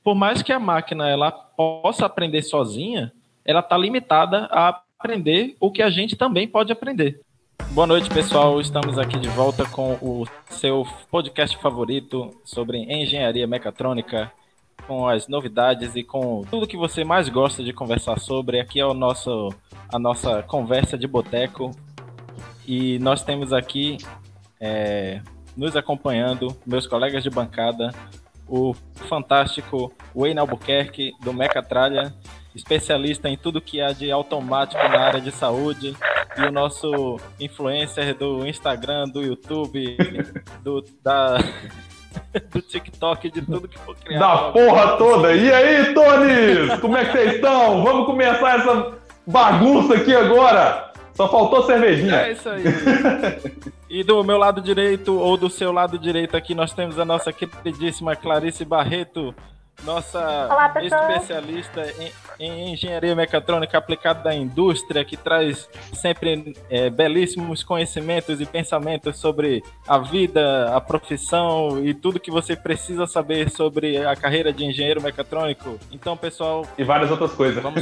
por mais que a máquina ela possa aprender sozinha, ela está limitada a aprender o que a gente também pode aprender. Boa noite, pessoal. Estamos aqui de volta com o seu podcast favorito sobre engenharia mecatrônica, com as novidades e com tudo que você mais gosta de conversar sobre. Aqui é a nossa conversa de boteco. E nós temos aqui, nos acompanhando, meus colegas de bancada, o fantástico Wayne Albuquerque, do Mecatralha, especialista em tudo que há de automático na área de saúde, e o nosso influencer do Instagram, do YouTube, do TikTok, de tudo que for criado. Da porra toda! E aí, Tonis? Como é que vocês estão? Vamos começar essa bagunça aqui agora! Só faltou cervejinha. É isso aí. E do meu lado direito, ou do seu lado direito aqui, nós temos a nossa queridíssima Clarice Barreto, nossa Olá, especialista em engenharia mecatrônica aplicada à indústria, que traz sempre belíssimos conhecimentos e pensamentos sobre a vida, a profissão e tudo que você precisa saber sobre a carreira de engenheiro mecatrônico. Então, pessoal... E várias outras coisas. Vamos...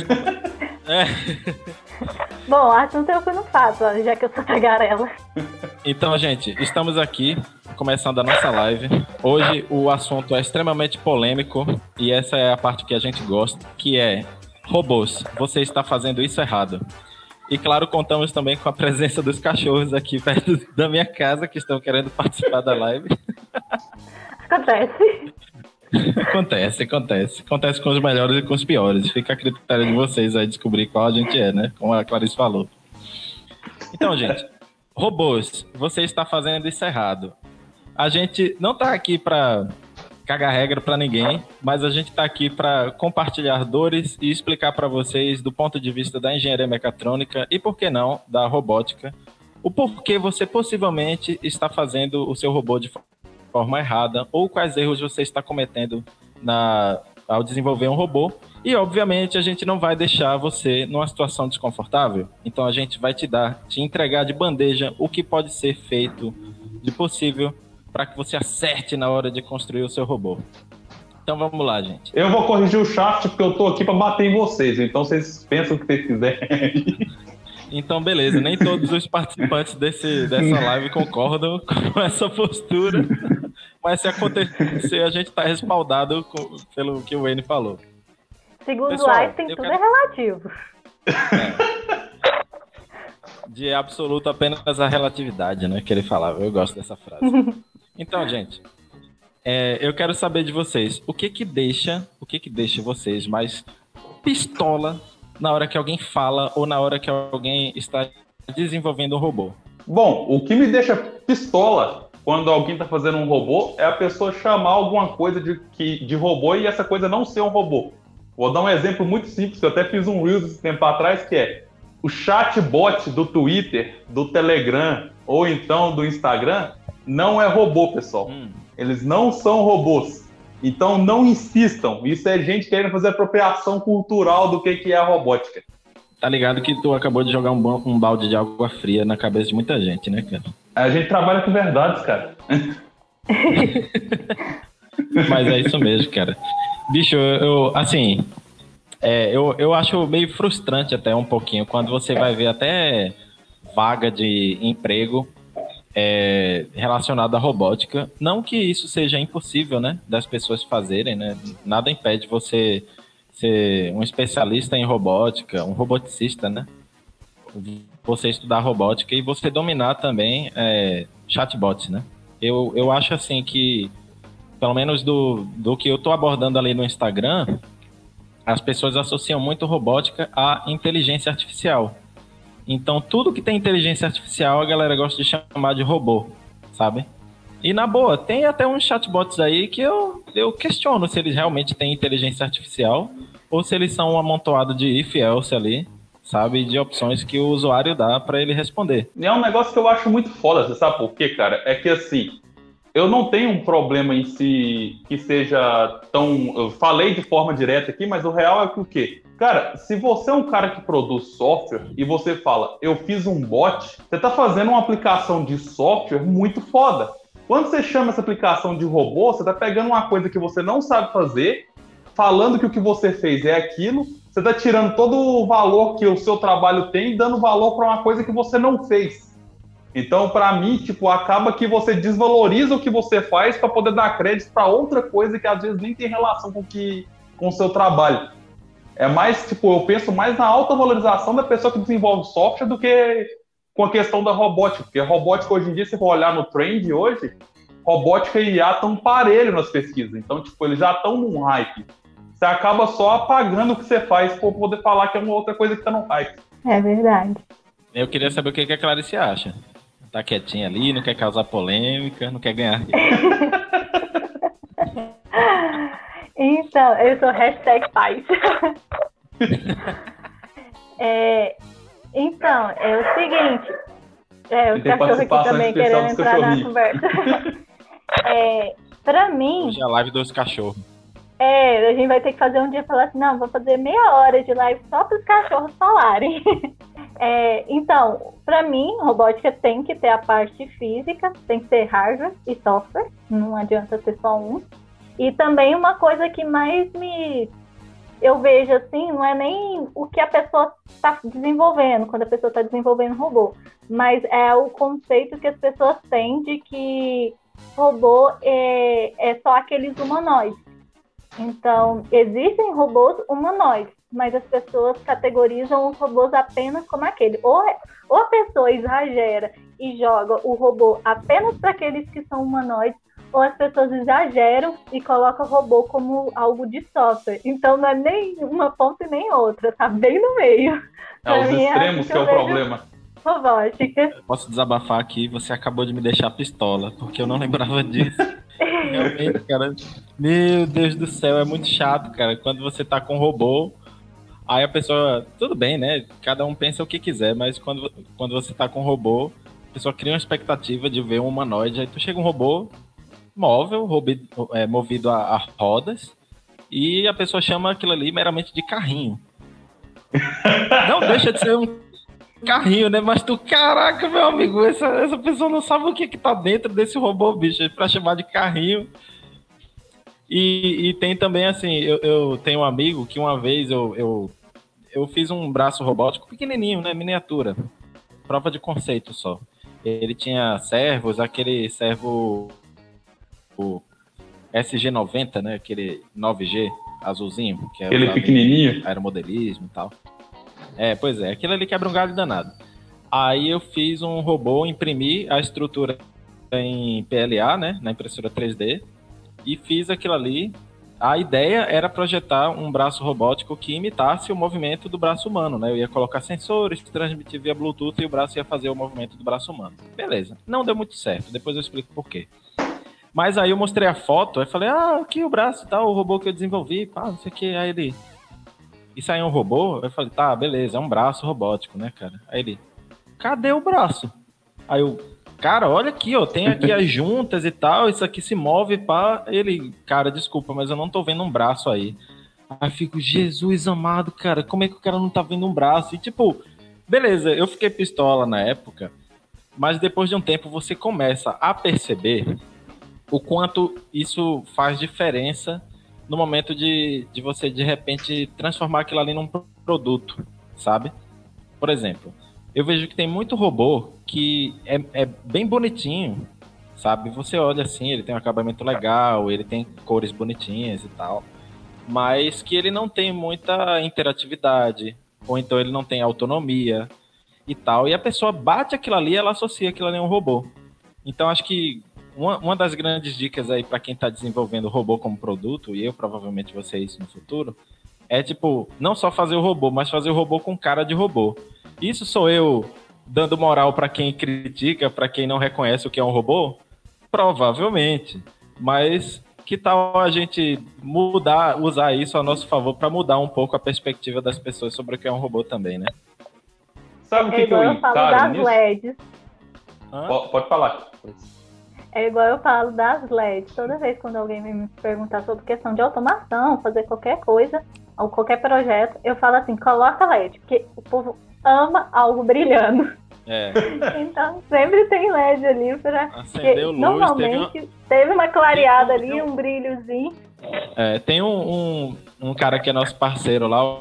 Bom, assunto eu que não faço, já que eu sou tagarela. Então, gente, estamos aqui começando a nossa live. Hoje o assunto é extremamente polêmico e essa é a parte que a gente gosta, que é robôs. Você está fazendo isso errado. E claro, contamos também com a presença dos cachorros aqui perto da minha casa que estão querendo participar da live. Acontece com os melhores e com os piores. Fica a critério de vocês aí descobrir qual a gente é, né? Como a Clarice falou. Então, gente, robôs, você está fazendo isso errado. A gente não está aqui para cagar regra para ninguém, mas a gente está aqui para compartilhar dores e explicar para vocês, do ponto de vista da engenharia mecatrônica e, por que não, da robótica, o porquê você possivelmente está fazendo o seu robô de forma errada ou quais erros você está cometendo ao desenvolver um robô. E, obviamente, a gente não vai deixar você numa situação desconfortável. Então, a gente vai te entregar de bandeja o que pode ser feito de possível para que você acerte na hora de construir o seu robô. Então, vamos lá, gente. Eu vou corrigir o chat porque eu tô aqui para bater em vocês. Então, vocês pensam o que vocês quiserem. Então, beleza. Nem todos os participantes dessa live concordam com essa postura. Mas se acontecer, a gente está respaldado pelo que o Wayne falou. Segundo Pessoal, Einstein, tudo é relativo. De absoluto apenas a relatividade, né? Que ele falava. Eu gosto dessa frase. Então, gente, eu quero saber de vocês. O que deixa vocês mais pistola na hora que alguém fala ou na hora que alguém está desenvolvendo um robô? Bom, o que me deixa pistola quando alguém está fazendo um robô é a pessoa chamar alguma coisa de robô e essa coisa não ser um robô. Vou dar um exemplo muito simples, que eu até fiz um Reels esse tempo atrás, que é o chatbot do Twitter, do Telegram ou então do Instagram não é robô, pessoal. Eles não são robôs. Então não insistam. Isso é gente querendo fazer apropriação cultural do que é a robótica. Tá ligado que tu acabou de jogar um balde de água fria na cabeça de muita gente, né, cara? A gente trabalha com verdades, cara. Mas é isso mesmo, cara. Bicho, eu acho meio frustrante até um pouquinho quando você vai ver até vaga de emprego relacionada à robótica. Não que isso seja impossível, né, das pessoas fazerem, né? Nada impede você ser um especialista em robótica, um roboticista, né? Você estudar robótica e você dominar também chatbots, né? Eu acho assim que, pelo menos do que eu tô abordando ali no Instagram, as pessoas associam muito robótica à inteligência artificial. Então, tudo que tem inteligência artificial, a galera gosta de chamar de robô, sabe? E, na boa, tem até uns chatbots aí que eu questiono se eles realmente têm inteligência artificial ou se eles são um amontoado de if, else ali, sabe? De opções que o usuário dá para ele responder. E é um negócio que eu acho muito foda, você sabe por quê, cara? É que, assim, eu não tenho um problema em si que seja tão... Eu falei de forma direta aqui, mas o real é que o quê? Cara, se você é um cara que produz software e você fala, eu fiz um bot, você tá fazendo uma aplicação de software muito foda. Quando você chama essa aplicação de robô, você tá pegando uma coisa que você não sabe fazer falando que o que você fez é aquilo, você está tirando todo o valor que o seu trabalho tem e dando valor para uma coisa que você não fez. Então, para mim, tipo, acaba que você desvaloriza o que você faz para poder dar crédito para outra coisa que às vezes nem tem relação com o seu trabalho. É mais, tipo, eu penso mais na alta valorização da pessoa que desenvolve software do que com a questão da robótica. Porque a robótica hoje em dia, se for olhar no trend hoje, robótica e IA estão parelho nas pesquisas. Então, tipo, eles já estão num hype. Você acaba só apagando o que você faz para poder falar que é uma outra coisa que está no hype. É verdade. Eu queria saber o que a Clarice acha. Tá quietinha ali, não quer causar polêmica, não quer ganhar. Então, eu sou #paz. Então, é o seguinte. O cachorro aqui também querendo entrar na conversa. Pra mim... Hoje é a live dos cachorros. A gente vai ter que fazer um dia e falar assim, não, vou fazer meia hora de live só para os cachorros falarem. Então, para mim, robótica tem que ter a parte física, tem que ter hardware e software, não adianta ser só um. E também uma coisa que mais eu vejo assim, não é nem o que a pessoa está desenvolvendo, quando a pessoa está desenvolvendo robô, mas é o conceito que as pessoas têm de que robô é só aqueles humanoides. Então, existem robôs humanoides, mas as pessoas categorizam os robôs apenas como aquele. Ou a pessoa exagera e joga o robô apenas para aqueles que são humanoides, ou as pessoas exageram e colocam o robô como algo de software. Então, não é nem uma ponta e nem outra, tá bem no meio. Os extremos que é o problema. Robótica. Posso desabafar aqui, você acabou de me deixar pistola, porque eu não lembrava disso. Realmente, cara, meu Deus do céu, é muito chato, cara, quando você tá com um robô, aí a pessoa, tudo bem, né, cada um pensa o que quiser, mas quando você tá com um robô, a pessoa cria uma expectativa de ver um humanoide, aí tu chega um robô móvel, movido a rodas, e a pessoa chama aquilo ali meramente de carrinho. Não deixa de ser um carrinho, né? Mas caraca, meu amigo, essa pessoa não sabe o que tá dentro desse robô, bicho, pra chamar de carrinho. E tem também, assim, eu tenho um amigo que uma vez eu fiz um braço robótico pequenininho, né? Miniatura. Prova de conceito só. Ele tinha servos, aquele servo o SG90, né? Aquele 9G azulzinho. Que é aquele pequenininho. Aeromodelismo e tal. Pois é, aquilo ali quebra um galho danado. Aí eu fiz um robô, imprimi a estrutura em PLA, né, na impressora 3D, e fiz aquilo ali. A ideia era projetar um braço robótico que imitasse o movimento do braço humano, né? Eu ia colocar sensores, transmitir via Bluetooth e o braço ia fazer o movimento do braço humano. Beleza, não deu muito certo, depois eu explico por quê. Mas aí eu mostrei a foto, aí falei, aqui o braço e tal, o robô que eu desenvolvi, não sei o que, aí ele... Isso aí é um robô? Eu falei, tá, beleza, é um braço robótico, né, cara? Aí ele, cadê o braço? Aí eu, cara, olha aqui, ó, tem aqui as juntas e tal, isso aqui se move, pá. Ele, cara, desculpa, mas eu não tô vendo um braço aí. Aí eu fico, Jesus amado, cara, como é que o cara não tá vendo um braço? E tipo, beleza, eu fiquei pistola na época, mas depois de um tempo você começa a perceber o quanto isso faz diferença no momento de você, de repente, transformar aquilo ali num produto, sabe? Por exemplo, eu vejo que tem muito robô que é bem bonitinho, sabe? Você olha assim, ele tem um acabamento legal, ele tem cores bonitinhas e tal, mas que ele não tem muita interatividade, ou então ele não tem autonomia e tal, e a pessoa bate aquilo ali e ela associa aquilo ali a um robô. Então, acho que uma das grandes dicas aí para quem está desenvolvendo robô como produto, e eu provavelmente vou ser isso no futuro, é tipo, não só fazer o robô, mas fazer o robô com cara de robô. Isso sou eu dando moral para quem critica, para quem não reconhece o que é um robô? Provavelmente. Mas que tal a gente usar isso a nosso favor para mudar um pouco a perspectiva das pessoas sobre o que é um robô também, né? Sabe o que eu falo das nisso? LEDs. Pode falar. É igual eu falo das LEDs. Toda vez quando alguém me perguntar sobre questão de automação, fazer qualquer coisa, ou qualquer projeto, eu falo assim, coloca LED, porque o povo ama algo brilhando. Então sempre tem LED ali para acender luz. Normalmente teve uma clareada ali, um brilhozinho, Tem um cara que é nosso parceiro lá,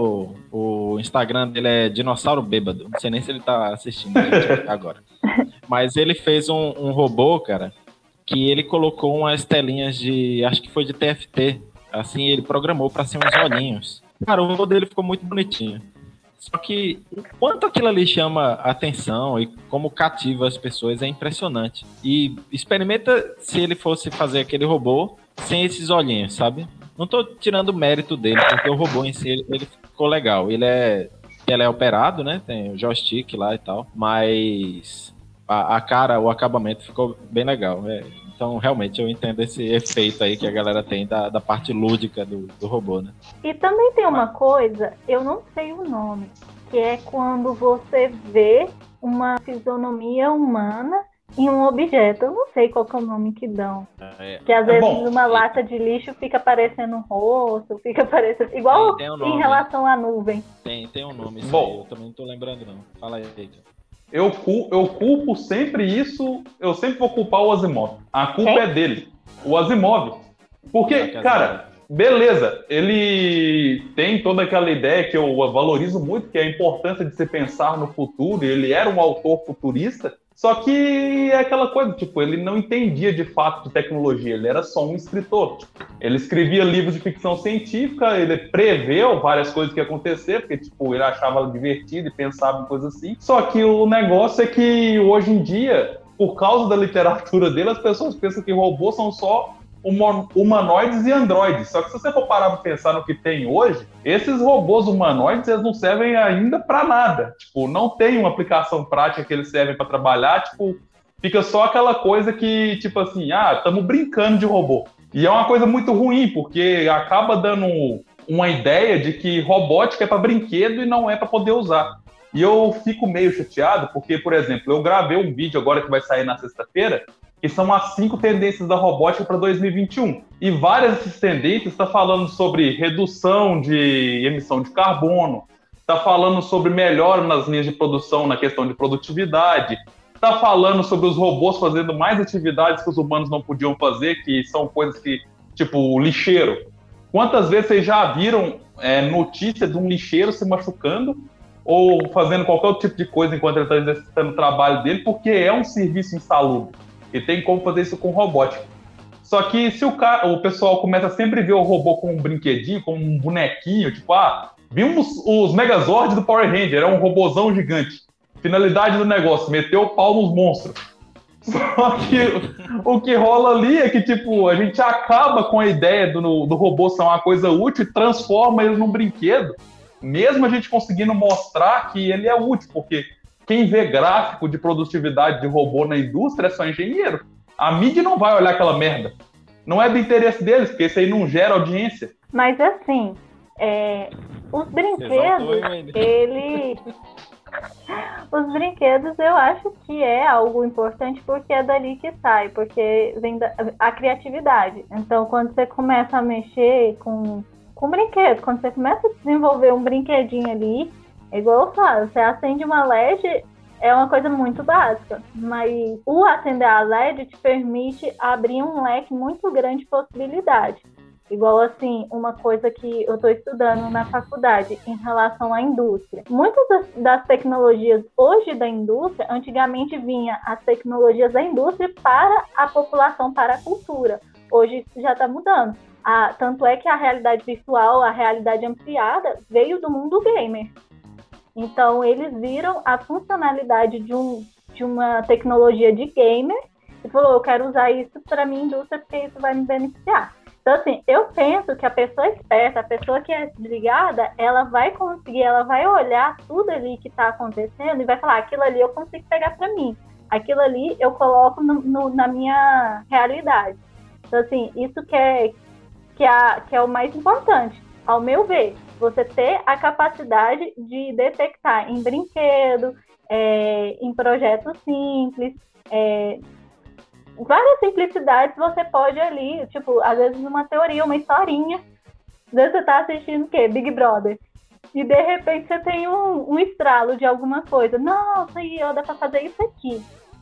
o Instagram dele é Dinossauro Bêbado. Não sei nem se ele tá assistindo a gente agora. Mas ele fez um robô, cara, que ele colocou umas telinhas acho que foi de TFT. Assim, ele programou para ser uns olhinhos. Cara, o robô dele ficou muito bonitinho. Só que o quanto aquilo ali chama atenção e como cativa as pessoas é impressionante. E experimenta se ele fosse fazer aquele robô sem esses olhinhos, sabe? Não tô tirando o mérito dele, porque o robô em si, ele ficou legal. Ele é operado, né? Tem o joystick lá e tal. Mas a cara, o acabamento ficou bem legal. Então, realmente, eu entendo esse efeito aí que a galera tem da parte lúdica do robô, né? E também tem uma coisa, eu não sei o nome, que é quando você vê uma fisionomia humana em um objeto. Eu não sei qual que é o nome que dão. Que às vezes uma lata de lixo fica parecendo um rosto, fica parecendo... Igual tem um nome, em relação à nuvem. Tem um nome, isso aí, eu também não tô lembrando não. Fala aí, Eita. Eu culpo sempre isso, eu sempre vou culpar o Asimov. A culpa é dele, o Asimov. Porque, cara, beleza, ele tem toda aquela ideia que eu valorizo muito, que é a importância de se pensar no futuro, ele era um autor futurista, só que é aquela coisa, tipo, ele não entendia de fato de tecnologia, ele era só um escritor. Ele escrevia livros de ficção científica, ele preveu várias coisas que iam acontecer, porque, tipo, ele achava divertido e pensava em coisas assim. Só que o negócio é que, hoje em dia, por causa da literatura dele, as pessoas pensam que robôs são só humanoides e androides. Só que se você for parar para pensar no que tem hoje, esses robôs humanoides, eles não servem ainda para nada. Tipo, não tem uma aplicação prática que eles servem para trabalhar. Tipo, fica só aquela coisa que, tipo assim, estamos brincando de robô. E é uma coisa muito ruim, porque acaba dando uma ideia de que robótica é para brinquedo e não é para poder usar. E eu fico meio chateado, porque, por exemplo, eu gravei um vídeo agora que vai sair na sexta-feira, que são as 5 tendências da robótica para 2021. E várias dessas tendências estão falando sobre redução de emissão de carbono, está falando sobre melhora nas linhas de produção na questão de produtividade, está falando sobre os robôs fazendo mais atividades que os humanos não podiam fazer, que são coisas que, tipo, lixeiro. Quantas vezes vocês já viram notícia de um lixeiro se machucando ou fazendo qualquer outro tipo de coisa enquanto ele está exercitando o trabalho dele, porque é um serviço insalubre. E tem como fazer isso com robótica. Só que se o pessoal começa a sempre ver o robô como um brinquedinho, como um bonequinho, tipo, vimos os Megazords do Power Ranger, era um robôzão gigante. Finalidade do negócio, meter o pau nos monstros. Só que o que rola ali é que, tipo, a gente acaba com a ideia do robô ser uma coisa útil e transforma ele num brinquedo, mesmo a gente conseguindo mostrar que ele é útil, porque quem vê gráfico de produtividade de robô na indústria é só engenheiro. A mídia não vai olhar aquela merda. Não é do interesse deles, porque isso aí não gera audiência. Mas assim, os brinquedos, os brinquedos eu acho que é algo importante porque é dali que sai, porque vem a criatividade. Então, quando você começa a mexer com brinquedo, quando você começa a desenvolver um brinquedinho ali, igual eu falo, você acende uma LED, é uma coisa muito básica, mas o acender a LED te permite abrir um leque muito grande de possibilidades. Igual assim, uma coisa que eu estou estudando na faculdade em relação à indústria. Muitas das tecnologias hoje da indústria, antigamente vinha as tecnologias da indústria para a população, para a cultura. Hoje isso já está mudando. Tanto é que a realidade virtual, a realidade ampliada, veio do mundo gamer. Então, eles viram a funcionalidade de uma tecnologia de gamer e falou, eu quero usar isso para a minha indústria porque isso vai me beneficiar. Então, assim, eu penso que a pessoa esperta, a pessoa que é desligada, ela vai conseguir, ela vai olhar tudo ali que está acontecendo e vai falar, aquilo ali eu consigo pegar para mim, aquilo ali eu coloco na minha realidade. Então, assim, isso que é o mais importante, ao meu ver. Você ter a capacidade de detectar em brinquedo, em projetos simples, várias simplicidades você pode ali, tipo, às vezes uma teoria, uma historinha, às vezes você tá assistindo o quê? Big Brother. E de repente você tem um estralo de alguma coisa. Nossa, Yoda, dá pra fazer isso aqui.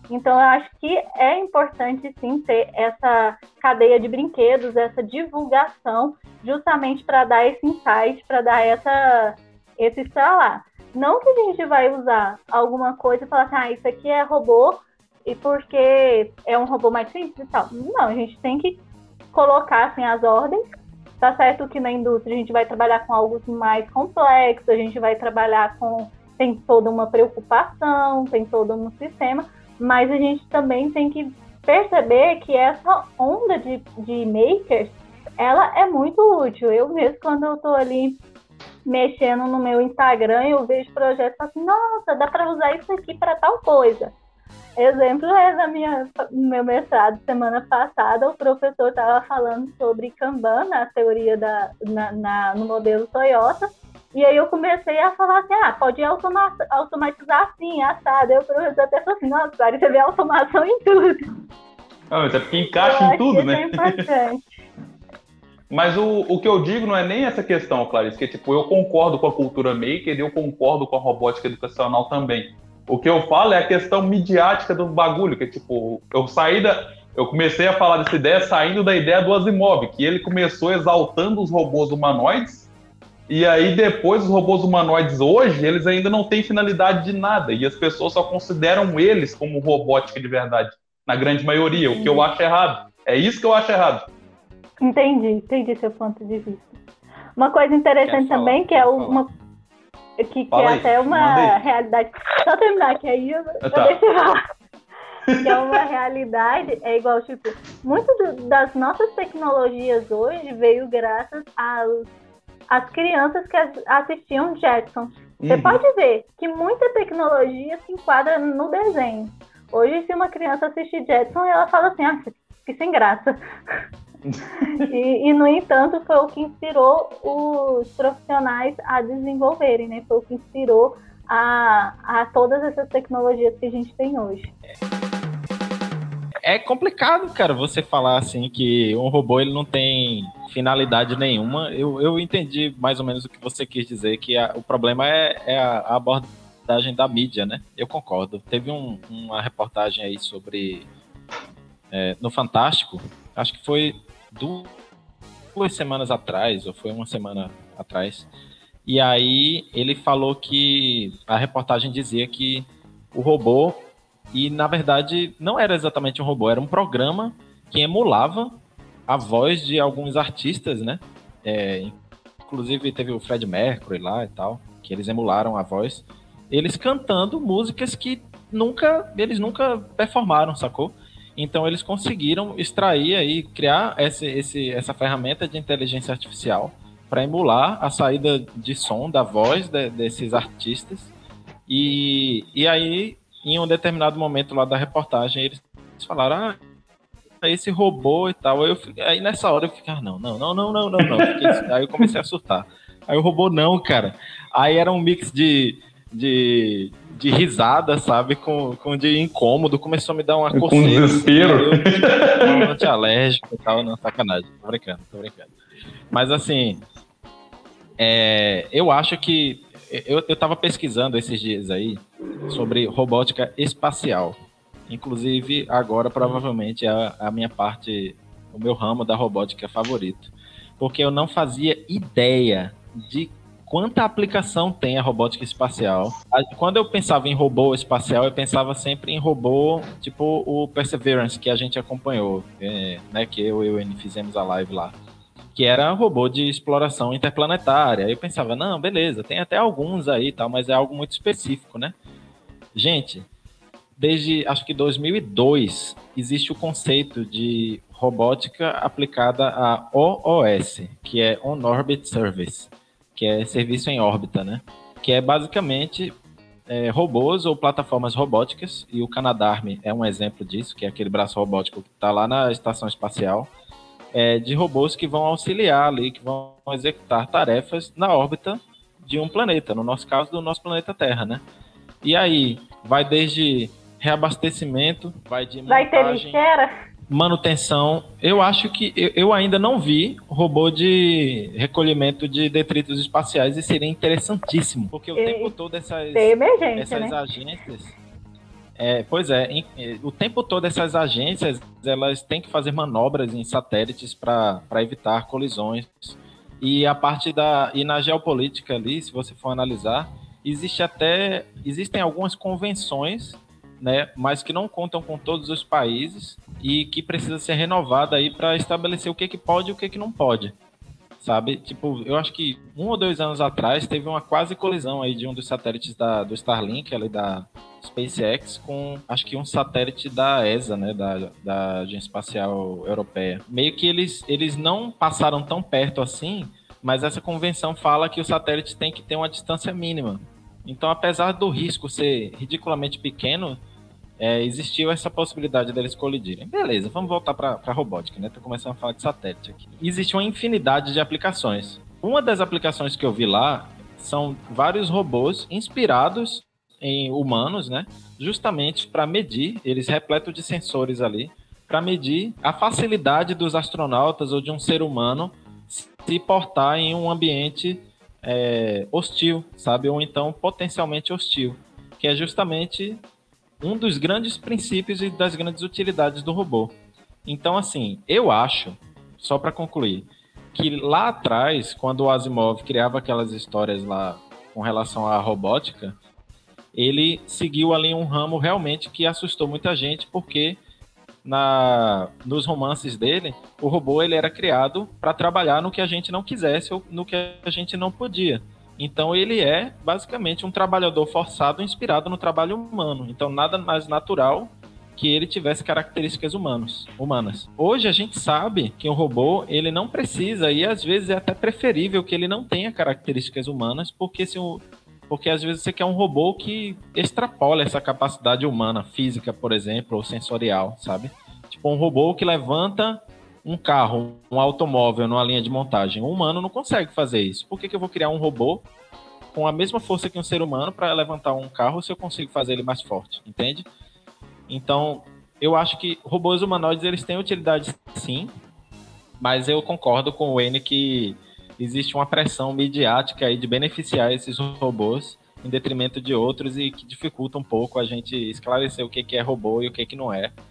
Então, eu acho que é importante, sim, ter essa cadeia de brinquedos, essa divulgação, justamente para dar esse insight, para dar esse estralar. Não que a gente vai usar alguma coisa e falar assim, isso aqui é robô, e porque é um robô mais simples e tal. Não, a gente tem que colocar assim, as ordens. Tá certo que na indústria a gente vai trabalhar com algo mais complexo, a gente vai trabalhar com... Tem toda uma preocupação, tem todo um sistema, mas a gente também tem que perceber que essa onda de makers, ela é muito útil. Eu mesmo, quando eu tô ali mexendo no meu Instagram, eu vejo projetos e falo assim, nossa, dá para usar isso aqui para tal coisa. Exemplo é no meu mestrado, semana passada, o professor estava falando sobre Kanban, na teoria no modelo Toyota, e aí eu comecei a falar assim, pode automatizar assim, assado. Aí o professor até falou assim, nossa, Clarice, você vê automação em tudo. Não, mas é porque encaixa em tudo, né? É importante. Mas o que eu digo não é nem essa questão, Clarice, que tipo, eu concordo com a cultura maker e eu concordo com a robótica educacional também. O que eu falo é a questão midiática do bagulho, que tipo, eu comecei a falar dessa ideia saindo da ideia do Asimov, que ele começou exaltando os robôs humanoides, e aí depois os robôs humanoides hoje, eles ainda não têm finalidade de nada, e as pessoas só consideram eles como robótica de verdade, na grande maioria, o que eu acho errado. É isso que eu acho errado. Entendi seu ponto de vista. Uma coisa interessante também, que é que é até uma realidade. Só terminar, que aí eu deixo eu falar. Que é uma realidade, é igual, tipo, muito das nossas tecnologias hoje veio graças às crianças que assistiam Jetson. Você pode ver que muita tecnologia se enquadra no desenho. Hoje, se uma criança assiste Jetson, ela fala assim, que sem graça. E, no entanto, foi o que inspirou os profissionais a desenvolverem, né? Foi o que inspirou a todas essas tecnologias que a gente tem hoje. É complicado, cara, você falar assim que um robô ele não tem finalidade nenhuma. Eu entendi mais ou menos o que você quis dizer, que o problema é a abordagem da mídia, né? Eu concordo. Teve uma reportagem aí sobre... no Fantástico, acho que foi 2 semanas atrás, ou foi uma semana atrás, e aí ele falou que a reportagem dizia que o robô, e na verdade não era exatamente um robô, era um programa que emulava a voz de alguns artistas, né? Inclusive teve o Fred Mercury lá e tal, que eles emularam a voz, eles cantando músicas que eles nunca performaram, sacou? Então eles conseguiram extrair e criar essa ferramenta de inteligência artificial para emular a saída de som da voz desses artistas. E aí, em um determinado momento lá da reportagem, eles falaram, esse robô e tal. Aí nessa hora eu fiquei, não. Aí eu comecei a surtar. Aí o robô não, cara. Aí era um mix de risada, sabe? Com de incômodo, começou a me dar uma coceira. Com desespero. Um antialérgico e tal, não, sacanagem. Tô brincando. Mas assim, eu acho que eu tava pesquisando esses dias aí sobre robótica espacial. Inclusive, agora provavelmente é a minha parte, o meu ramo da robótica favorito. Porque eu não fazia ideia de quanta aplicação tem a robótica espacial. Quando eu pensava em robô espacial, eu pensava sempre em robô tipo o Perseverance, que a gente acompanhou, né, que eu e o N fizemos a live lá, que era um robô de exploração interplanetária. Aí eu pensava, não, beleza, tem até alguns aí e tal, mas é algo muito específico, né? Gente, desde acho que 2002 existe o conceito de robótica aplicada a OOS, que é On-Orbit Service, que é serviço em órbita, né? Que é basicamente robôs ou plataformas robóticas, e o Canadarm é um exemplo disso, que é aquele braço robótico que está lá na estação espacial, de robôs que vão auxiliar ali, que vão executar tarefas na órbita de um planeta, no nosso caso, do nosso planeta Terra, né? E aí, vai desde reabastecimento, vai de montagem... Vai ter lixeira? Manutenção. Eu acho que eu ainda não vi robô de recolhimento de detritos espaciais e seria interessantíssimo, porque o tempo todo essas né? agências Pois é, o tempo todo essas agências elas têm que fazer manobras em satélites para evitar colisões. E e na geopolítica ali, se você for analisar, existem algumas convenções, né, mas que não contam com todos os países e que precisa ser renovada aí para estabelecer o que pode e o que não pode. Sabe? Tipo, eu acho que 1 ou 2 anos atrás teve uma quase colisão aí de um dos satélites do Starlink, ali da SpaceX, com acho que um satélite da ESA, né, da Agência Espacial Europeia. Meio que eles não passaram tão perto assim, mas essa convenção fala que o satélite tem que ter uma distância mínima. Então, apesar do risco ser ridiculamente pequeno, existiu essa possibilidade deles colidirem. Beleza, vamos voltar para a robótica, né? Tô começando a falar de satélite aqui. Existe uma infinidade de aplicações. Uma das aplicações que eu vi lá são vários robôs inspirados em humanos, né? Justamente para medir, eles repletos de sensores ali, para medir a facilidade dos astronautas ou de um ser humano se portar em um ambiente hostil, sabe? Ou então potencialmente hostil, que é justamente um dos grandes princípios e das grandes utilidades do robô. Então, assim, eu acho, só para concluir, que lá atrás, quando o Asimov criava aquelas histórias lá com relação à robótica, ele seguiu ali um ramo realmente que assustou muita gente, porque nos romances dele, o robô ele era criado para trabalhar no que a gente não quisesse ou no que a gente não podia. Então ele é basicamente um trabalhador forçado inspirado no trabalho humano. Então nada mais natural que ele tivesse características humanas. Hoje a gente sabe que um robô ele não precisa, e às vezes é até preferível que ele não tenha características humanas, porque às vezes você quer um robô que extrapola essa capacidade humana, física, por exemplo, ou sensorial, sabe? Tipo um robô que levanta um carro, um automóvel numa linha de montagem. Um humano não consegue fazer isso. Por que eu vou criar um robô com a mesma força que um ser humano para levantar um carro se eu consigo fazer ele mais forte? Entende? Então, eu acho que robôs humanoides eles têm utilidade sim, mas eu concordo com o N que existe uma pressão midiática aí de beneficiar esses robôs em detrimento de outros e que dificulta um pouco a gente esclarecer o que é robô e o que não é.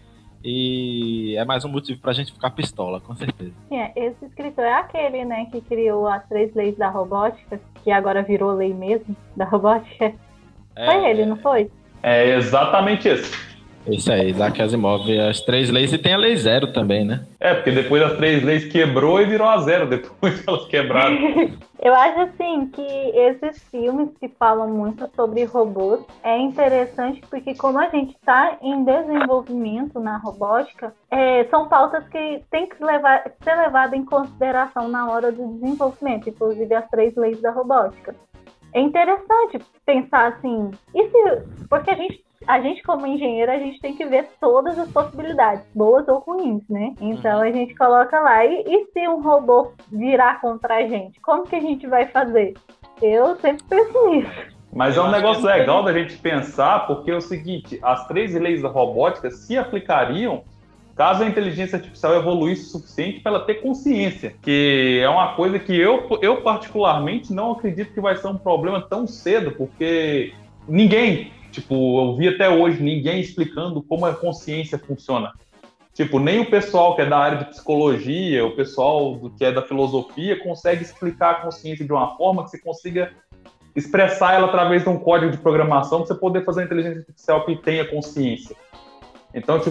E é mais um motivo pra gente ficar pistola, com certeza. Esse escritor é aquele, né, que criou as 3 leis da robótica, que agora virou lei mesmo da robótica. Foi ele, não foi? É exatamente esse. Isso aí, Isaac Asimov, as 3 leis, e tem a lei 0 também, né? Porque depois das 3 leis quebrou e virou a 0, depois elas quebraram. Eu acho assim que esses filmes que falam muito sobre robôs é interessante porque como a gente está em desenvolvimento na robótica, são pautas que tem que ser levada em consideração na hora do desenvolvimento, inclusive as 3 leis da robótica. É interessante pensar assim, porque a gente como engenheiro, a gente tem que ver todas as possibilidades, boas ou ruins, né? Então a gente coloca lá, e se um robô virar contra a gente, como que a gente vai fazer? Eu sempre penso nisso. Mas é um negócio legal da gente pensar, porque é o seguinte, as 3 leis da robótica se aplicariam caso a inteligência artificial evoluísse o suficiente para ela ter consciência, que é uma coisa que eu particularmente não acredito que vai ser um problema tão cedo, porque ninguém... eu vi até hoje ninguém explicando como a consciência funciona. Nem o pessoal que é da área de psicologia, o pessoal que é da filosofia, consegue explicar a consciência de uma forma que você consiga expressar ela através de um código de programação para você poder fazer uma inteligência artificial que tenha consciência. Então,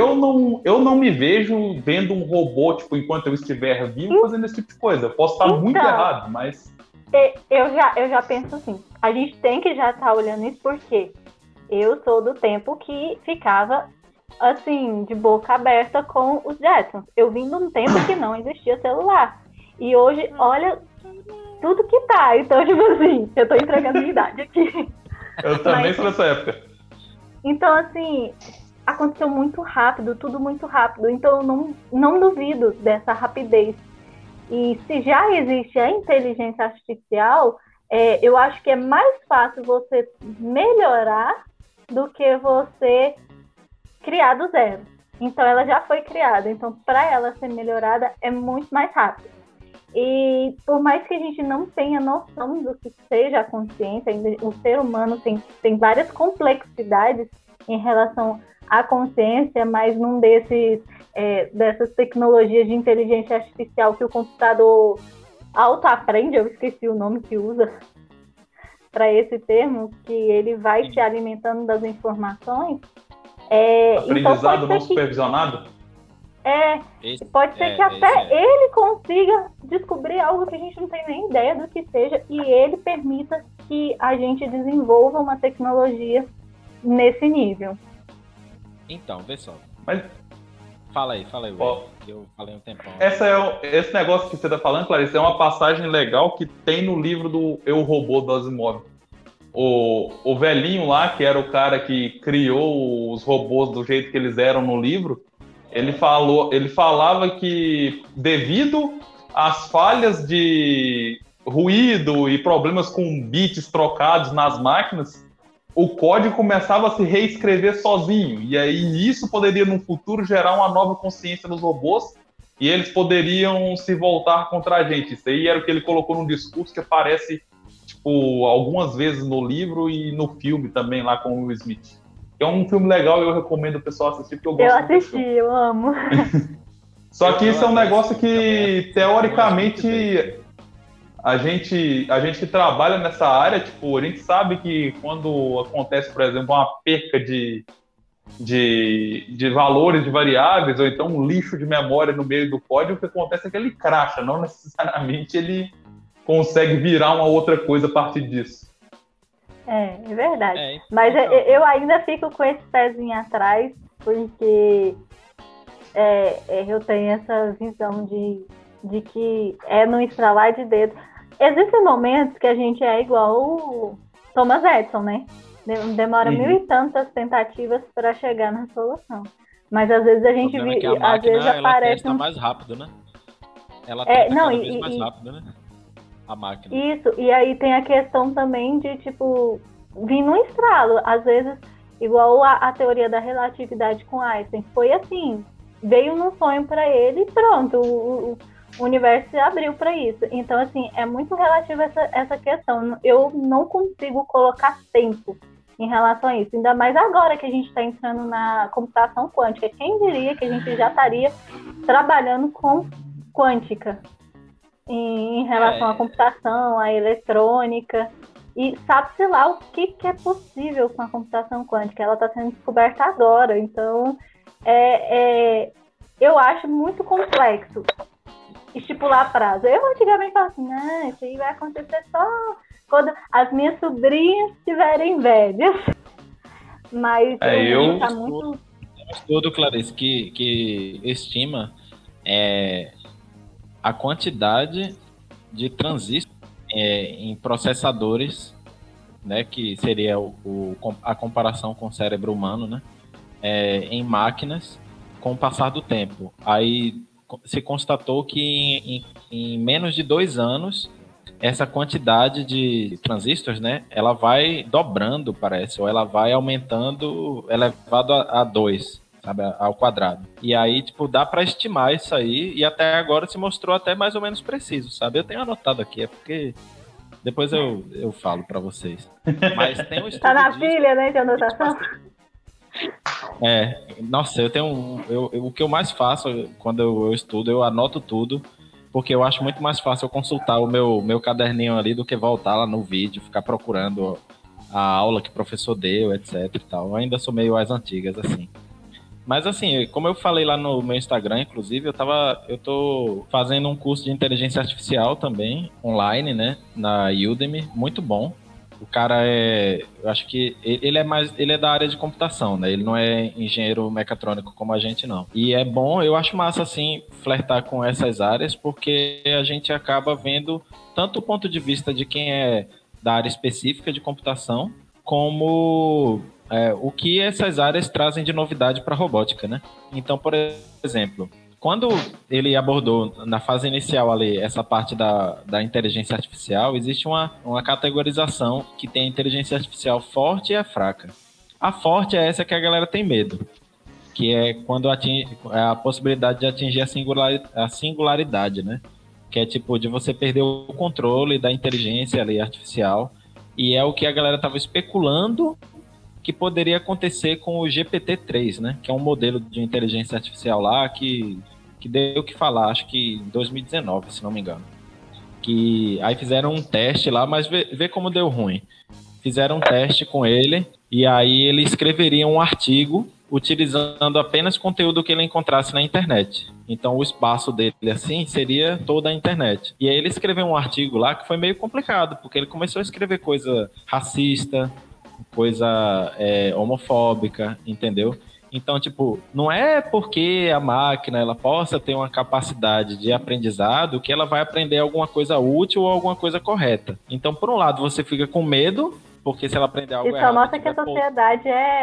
eu não me vejo vendo um robô, enquanto eu estiver vivo, fazendo esse tipo de coisa. Eu posso estar muito errado, mas... Eu já penso assim, a gente tem que já estar olhando isso porque... Eu sou do tempo que ficava, assim, de boca aberta com os Jetsons. Eu vim de um tempo que não existia celular. E hoje, olha tudo que tá. Então, assim, eu tô entregando a minha idade aqui. Eu também sou dessa época. Então, assim, aconteceu muito rápido, tudo muito rápido. Então, eu não duvido dessa rapidez. E se já existe a inteligência artificial, eu acho que é mais fácil você melhorar do que você criar do zero. Então ela já foi criada, então para ela ser melhorada é muito mais rápido. E por mais que a gente não tenha noção do que seja a consciência, o ser humano tem várias complexidades em relação à consciência, mas num dessas tecnologias de inteligência artificial que o computador autoaprende, eu esqueci o nome que usa para esse termo, que ele vai se alimentando das informações. Aprendizado não supervisionado? Pode ser que até ele consiga descobrir algo que a gente não tem nem ideia do que seja, e ele permita que a gente desenvolva uma tecnologia nesse nível. Então, vê só. Mas... Fala aí, que eu falei um tempão. Esse negócio que você está falando, Clarice, é uma passagem legal que tem no livro do Eu, Robô, do Asimov. O velhinho lá, que era o cara que criou os robôs do jeito que eles eram no livro, ele falava que devido às falhas de ruído e problemas com bits trocados nas máquinas, o código começava a se reescrever sozinho. E aí isso poderia, no futuro, gerar uma nova consciência nos robôs e eles poderiam se voltar contra a gente. Isso aí era o que ele colocou num discurso que aparece algumas vezes no livro e no filme também, lá com o Will Smith. É um filme legal e eu recomendo o pessoal assistir, porque eu gosto. Eu assisti, eu amo. Só que isso é um negócio que, teoricamente, a gente que trabalha nessa área, a gente sabe que quando acontece, por exemplo, uma perca de valores de variáveis, ou então um lixo de memória no meio do código, o que acontece é que ele cracha, não necessariamente ele consegue virar uma outra coisa a partir disso. É verdade. Mas eu ainda fico com esse pezinho atrás, porque eu tenho essa visão de que é no estralar de dedo. Existem momentos que a gente é igual o Thomas Edison, né? Demora 1000 e tantas tentativas para chegar na solução. Mas às vezes a gente vê, às vezes aparece mais rápido, né? Ela testa cada vez mais rápido, né? A máquina. Isso, e aí tem a questão também de, vir num estralo. Às vezes, igual a teoria da relatividade com Einstein, foi assim, veio num sonho para ele e pronto, o universo se abriu para isso. Então, assim, é muito relativo essa questão. Eu não consigo colocar tempo em relação a isso, ainda mais agora que a gente está entrando na computação quântica. Quem diria que a gente já estaria trabalhando com quântica em relação à computação, à eletrônica, e sabe-se lá o que é possível com a computação quântica. Ela está sendo descoberta agora, então eu acho muito complexo estipular prazo. Eu antigamente falava assim, não, isso aí vai acontecer só quando as minhas sobrinhas estiverem velhas. Mas tá muito... Estudo, Clarice, que estima a quantidade de transistores em processadores, né, que seria a comparação com o cérebro humano, né, em máquinas com o passar do tempo. Aí se constatou que em menos de 2 anos essa quantidade de transistores, né, ela vai dobrando, parece, ou ela vai aumentando elevado a 2, sabe, ao quadrado. E aí, dá para estimar isso aí, e até agora se mostrou até mais ou menos preciso, sabe? Eu tenho anotado aqui, é porque depois eu falo para vocês. Mas tem um estudo tá na pilha, né, de anotação? Nossa, eu tenho o que eu mais faço quando eu estudo, eu anoto tudo, porque eu acho muito mais fácil eu consultar o meu caderninho ali do que voltar lá no vídeo, ficar procurando a aula que o professor deu, etc e tal. Eu ainda sou meio às antigas, assim. Mas assim, como eu falei lá no meu Instagram, inclusive, eu tô fazendo um curso de inteligência artificial também, online, né, na Udemy, muito bom. O cara eu acho que ele é da área de computação, né? Ele não é engenheiro mecatrônico como a gente, não. E é bom, eu acho massa, assim, flertar com essas áreas, porque a gente acaba vendo tanto o ponto de vista de quem é da área específica de computação, como o que essas áreas trazem de novidade para a robótica, né? Então, por exemplo, quando ele abordou na fase inicial ali essa parte da inteligência artificial, existe uma categorização que tem a inteligência artificial forte e a fraca. A forte é essa que a galera tem medo, que é quando atinge a possibilidade de atingir a singularidade, né? Que é de você perder o controle da inteligência ali artificial, e é o que a galera estava especulando que poderia acontecer com o GPT-3, né? Que é um modelo de inteligência artificial lá que deu o que falar, acho que em 2019, se não me engano. Que aí fizeram um teste lá, mas vê como deu ruim. Fizeram um teste com ele e aí ele escreveria um artigo utilizando apenas conteúdo que ele encontrasse na internet. Então o espaço dele, assim, seria toda a internet. E aí ele escreveu um artigo lá que foi meio complicado, porque ele começou a escrever coisa racista, coisa homofóbica, entendeu? Então, tipo, não é porque a máquina ela possa ter uma capacidade de aprendizado que ela vai aprender alguma coisa útil ou alguma coisa correta. Então, por um lado, você fica com medo, porque se ela aprender algo errado... Isso só mostra que a sociedade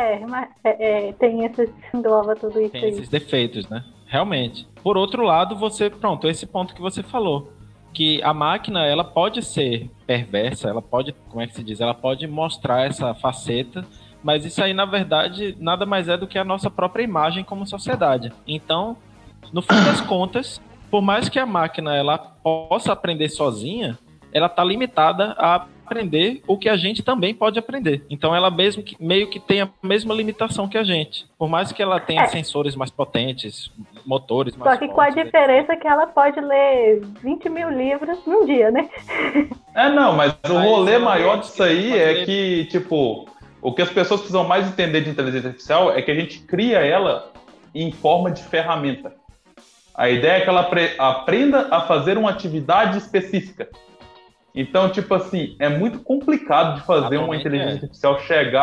tem engloba tudo isso tem esses defeitos, né? Realmente. Por outro lado, esse ponto que você falou, que a máquina, ela pode ser perversa, ela pode, como é que se diz? Ela pode mostrar essa faceta, mas isso aí, na verdade, nada mais é do que a nossa própria imagem como sociedade. Então, no fim das contas, por mais que a máquina ela possa aprender sozinha, ela está limitada a aprender o que a gente também pode aprender. Então, ela meio que tem a mesma limitação que a gente. Por mais que ela tenha sensores mais potentes, motores mais fortes. Só que com a diferença que ela pode ler 20 mil livros num dia, né? Não, mas o rolê maior disso aí é que, tipo... O que as pessoas precisam mais entender de inteligência artificial é que a gente cria ela em forma de ferramenta. A ideia é que ela aprenda a fazer uma atividade específica. Então, tipo assim, é muito complicado de fazer uma inteligência artificial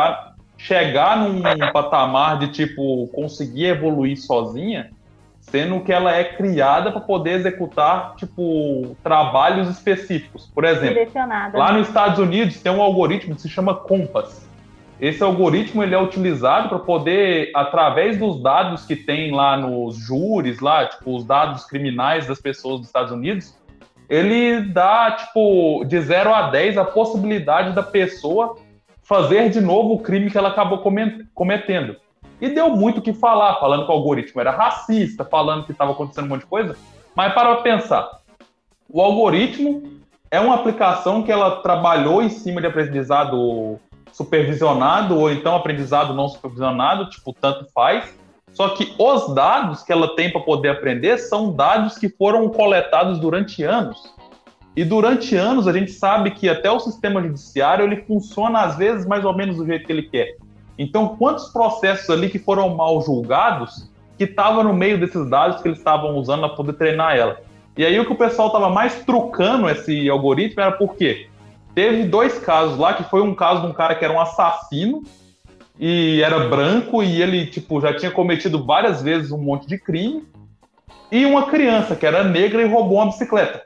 chegar num patamar de, tipo, conseguir evoluir sozinha, sendo que ela é criada para poder executar, tipo, trabalhos específicos. Por exemplo, lá nos Estados Unidos tem um algoritmo que se chama Compass. Esse algoritmo ele é utilizado para poder, através dos dados que tem lá nos júris, lá, tipo, os dados criminais das pessoas dos Estados Unidos, ele dá, tipo, de 0 a 10 a possibilidade da pessoa fazer de novo o crime que ela acabou cometendo. E deu muito o que falar, falando que o algoritmo era racista, falando que estava acontecendo um monte de coisa, mas para pensar, o algoritmo é uma aplicação que ela trabalhou em cima de aprendizado supervisionado ou então aprendizado não supervisionado, tipo, tanto faz. Só que os dados que ela tem para poder aprender são dados que foram coletados durante anos. E durante anos a gente sabe que até o sistema judiciário ele funciona às vezes mais ou menos do jeito que ele quer. Então, quantos processos ali que foram mal julgados que estavam no meio desses dados que eles estavam usando para poder treinar ela? E aí o que o pessoal estava mais trucando esse algoritmo era por quê? Teve 2 casos lá, que foi um caso de um cara que era um assassino e era branco e ele, tipo, já tinha cometido várias vezes um monte de crime, e uma criança que era negra e roubou uma bicicleta.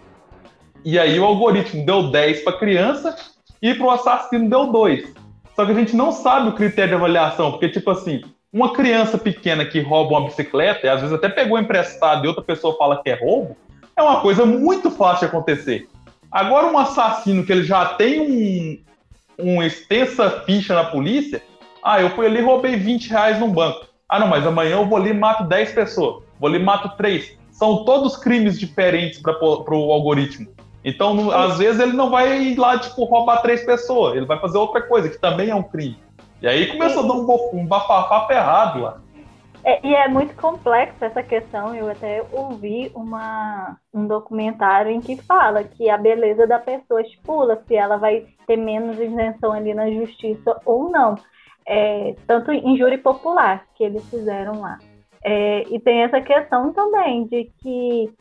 E aí o algoritmo deu 10 para a criança e para o assassino deu 2. Só que a gente não sabe o critério de avaliação, porque, tipo assim, uma criança pequena que rouba uma bicicleta, e às vezes até pegou emprestado e outra pessoa fala que é roubo, é uma coisa muito fácil de acontecer. Agora um assassino que ele já tem uma extensa ficha na polícia, eu fui ali e roubei R$20 num banco. Não, mas amanhã eu vou ali e mato 10 pessoas, vou ali e mato 3. São todos crimes diferentes para o algoritmo. Então, às vezes ele não vai ir lá, tipo, roubar 3 pessoas, ele vai fazer outra coisa, que também é um crime. E aí começou a dar um bafafá ferrado lá. E é muito complexa essa questão. Eu até ouvi um documentário em que fala que a beleza da pessoa estipula se ela vai ter menos isenção ali na justiça ou não. Tanto em júri popular que eles fizeram lá. E tem essa questão também de que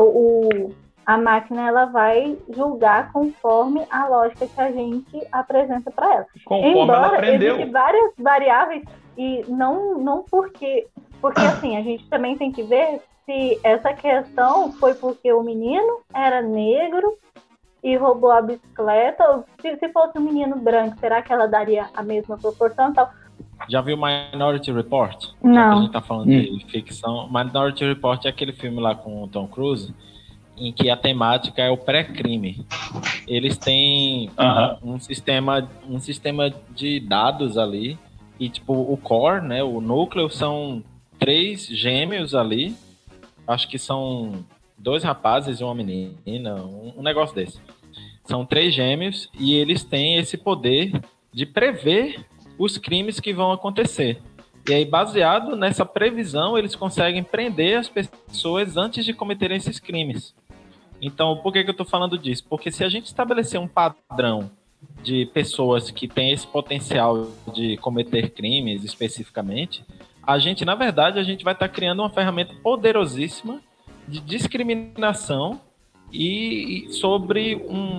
a máquina ela vai julgar conforme a lógica que a gente apresenta para ela. Conforme ela aprendeu. Existem várias variáveis e não porque assim, a gente também tem que ver se essa questão foi porque o menino era negro e roubou a bicicleta, ou se fosse um menino branco, será que ela daria a mesma proporção? Então, já viu Minority Report? Não. Já que a gente tá falando de ficção. Minority Report é aquele filme lá com o Tom Cruise, em que a temática é o pré-crime. Eles têm um sistema de dados ali, e tipo, o core, né, o núcleo, são 3 gêmeos ali, acho que são 2 rapazes e uma menina, um negócio desse. São 3 gêmeos, e eles têm esse poder de prever os crimes que vão acontecer. E aí, baseado nessa previsão, eles conseguem prender as pessoas antes de cometerem esses crimes. Então, por que eu estou falando disso? Porque se a gente estabelecer um padrão de pessoas que têm esse potencial de cometer crimes especificamente, na verdade, a gente vai estar criando uma ferramenta poderosíssima de discriminação e sobre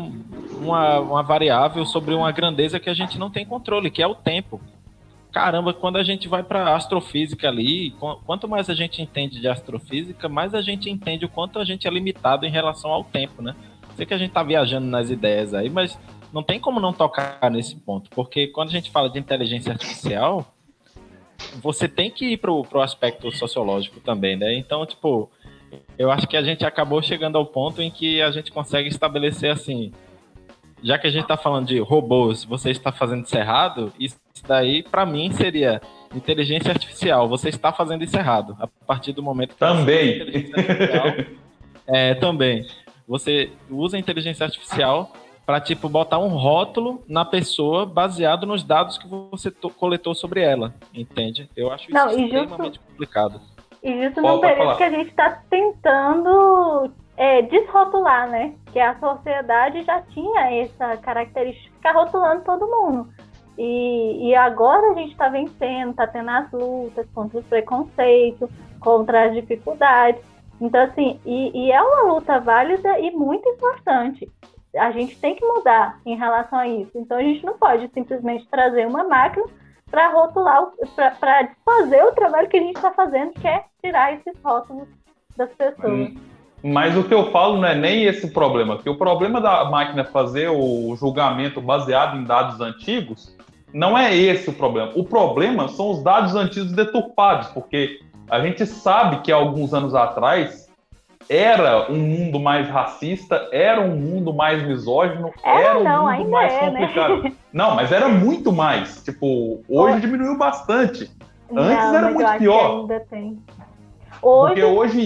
uma variável, sobre uma grandeza que a gente não tem controle, que é o tempo. Caramba, quando a gente vai para astrofísica ali, quanto mais a gente entende de astrofísica, mais a gente entende o quanto a gente é limitado em relação ao tempo, né? Sei que a gente tá viajando nas ideias aí, mas não tem como não tocar nesse ponto, porque quando a gente fala de inteligência artificial, você tem que ir pro aspecto sociológico também, né? Então, tipo, eu acho que a gente acabou chegando ao ponto em que a gente consegue estabelecer assim, já que a gente está falando de robôs, você está fazendo isso errado, isso daí, para mim, seria inteligência artificial. Você está fazendo isso errado. A partir do momento que também. Você usa inteligência artificial, também. Você usa a inteligência artificial para, tipo, botar um rótulo na pessoa baseado nos dados que você coletou sobre ela. Entende? Eu acho isso extremamente complicado. E isso num período que a gente está tentando desrotular, né? Que a sociedade já tinha essa característica de ficar rotulando todo mundo. E agora a gente está vencendo, está tendo as lutas contra os preconceitos, contra as dificuldades. Então, assim, e é uma luta válida e muito importante. A gente tem que mudar em relação a isso. Então, a gente não pode simplesmente trazer uma máquina para rotular, para desfazer o trabalho que a gente está fazendo, que é tirar esses rótulos das pessoas. Mas o que eu falo não é nem esse problema, porque o problema da máquina fazer o julgamento baseado em dados antigos não é esse o problema. O problema são os dados antigos deturpados, porque a gente sabe que há alguns anos atrás era um mundo mais racista, era um mundo mais misógino, era um mundo mais complicado. Né? Não, mas era muito mais. Tipo, hoje diminuiu bastante. Antes era muito pior. Ainda tem. Porque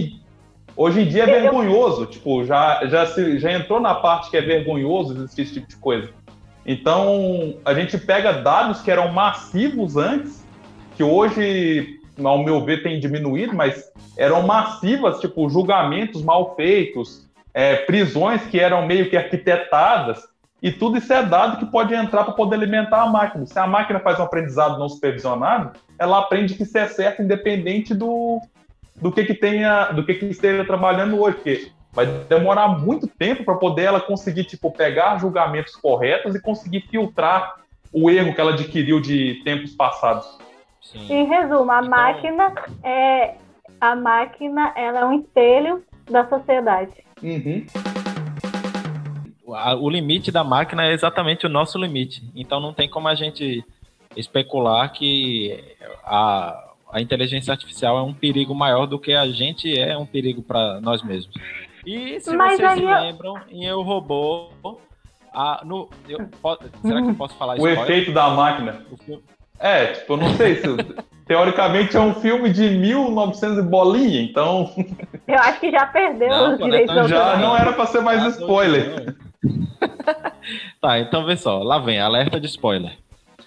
hoje em dia é vergonhoso. Tipo, já entrou na parte que é vergonhoso existir esse tipo de coisa. Então, a gente pega dados que eram massivos antes, que hoje, ao meu ver, tem diminuído, mas eram massivas, tipo, julgamentos mal feitos, prisões que eram meio que arquitetadas, e tudo isso é dado que pode entrar para poder alimentar a máquina. Se a máquina faz um aprendizado não supervisionado, ela aprende que isso é certo, independente do que esteja trabalhando hoje, porque vai demorar muito tempo para poder ela conseguir, tipo, pegar julgamentos corretos e conseguir filtrar o erro que ela adquiriu de tempos passados. Sim. Em resumo, a máquina ela é um espelho da sociedade. Uhum. O limite da máquina é exatamente o nosso limite. Então não tem como a gente especular que a inteligência artificial é um perigo maior do que a gente é um perigo para nós mesmos. E se vocês se lembram, em Eu, Robô... será que eu posso falar o efeito da máquina. Tipo, eu não sei se... teoricamente é um filme de 1900 e bolinha, então... Eu acho que já perdeu os direitos. Já não era para ser mais spoiler. Tá, então vê só. Lá vem, alerta de spoiler.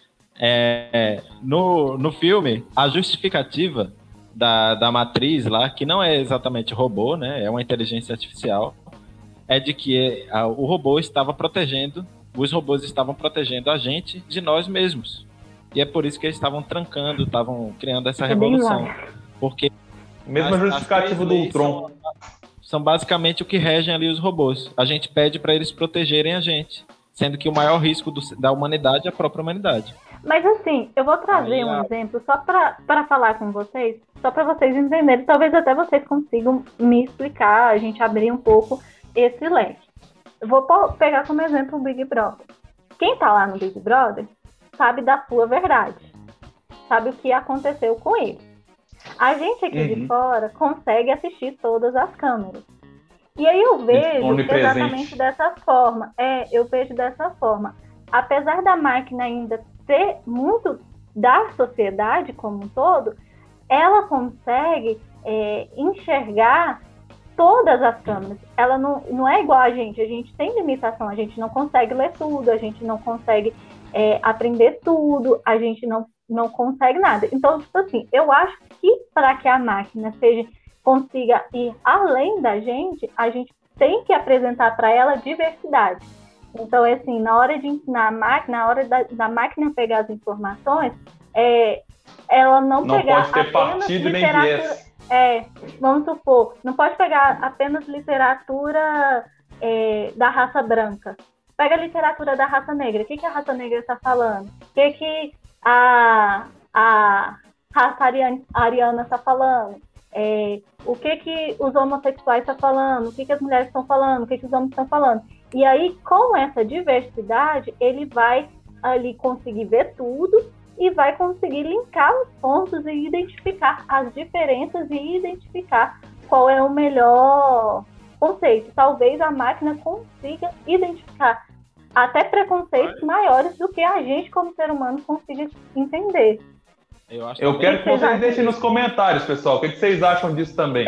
No filme, a justificativa da matriz lá, que não é exatamente robô, né? É uma inteligência artificial, é de que os robôs estavam protegendo a gente de nós mesmos. E é por isso que eles estavam trancando, estavam criando essa revolução. Porque mesmo a justificativa do Ultron são basicamente o que regem ali os robôs. A gente pede para eles protegerem a gente, sendo que o maior risco da humanidade é a própria humanidade. Mas assim, eu vou trazer um exemplo só para falar com vocês, só para vocês entenderem, talvez até vocês consigam me explicar, a gente abrir um pouco esse leque. Eu vou pegar como exemplo o Big Brother. Quem tá lá no Big Brother sabe da sua verdade, sabe o que aconteceu com ele. A gente aqui de fora consegue assistir todas as câmeras. E aí eu vejo exatamente dessa forma. Eu vejo dessa forma. Apesar da máquina ainda ser muito da sociedade como um todo, ela consegue enxergar todas as câmeras. Ela não é igual a gente tem limitação, a gente não consegue ler tudo, a gente não consegue aprender tudo, a gente não consegue nada. Então, tipo assim, eu acho que para que a máquina consiga ir além da gente, a gente tem que apresentar para ela diversidade. Então, assim, na hora de ensinar a máquina, na hora da máquina pegar as informações, ela não pegar pode ter apenas partido literatura. Nem viés. Vamos supor, não pode pegar apenas literatura da raça branca. Pega a literatura da raça negra. O que a raça negra está falando? O que a raça ariana está falando? O que os homossexuais estão falando? O que as mulheres estão falando? O que os homens estão falando? E aí, com essa diversidade, ele vai ali conseguir ver tudo e vai conseguir linkar os pontos e identificar as diferenças e identificar qual é o melhor conceito. Talvez a máquina consiga identificar até preconceitos maiores do que a gente, como ser humano, consiga entender. Eu quero que vocês deixem nos comentários, pessoal, o que vocês acham disso também,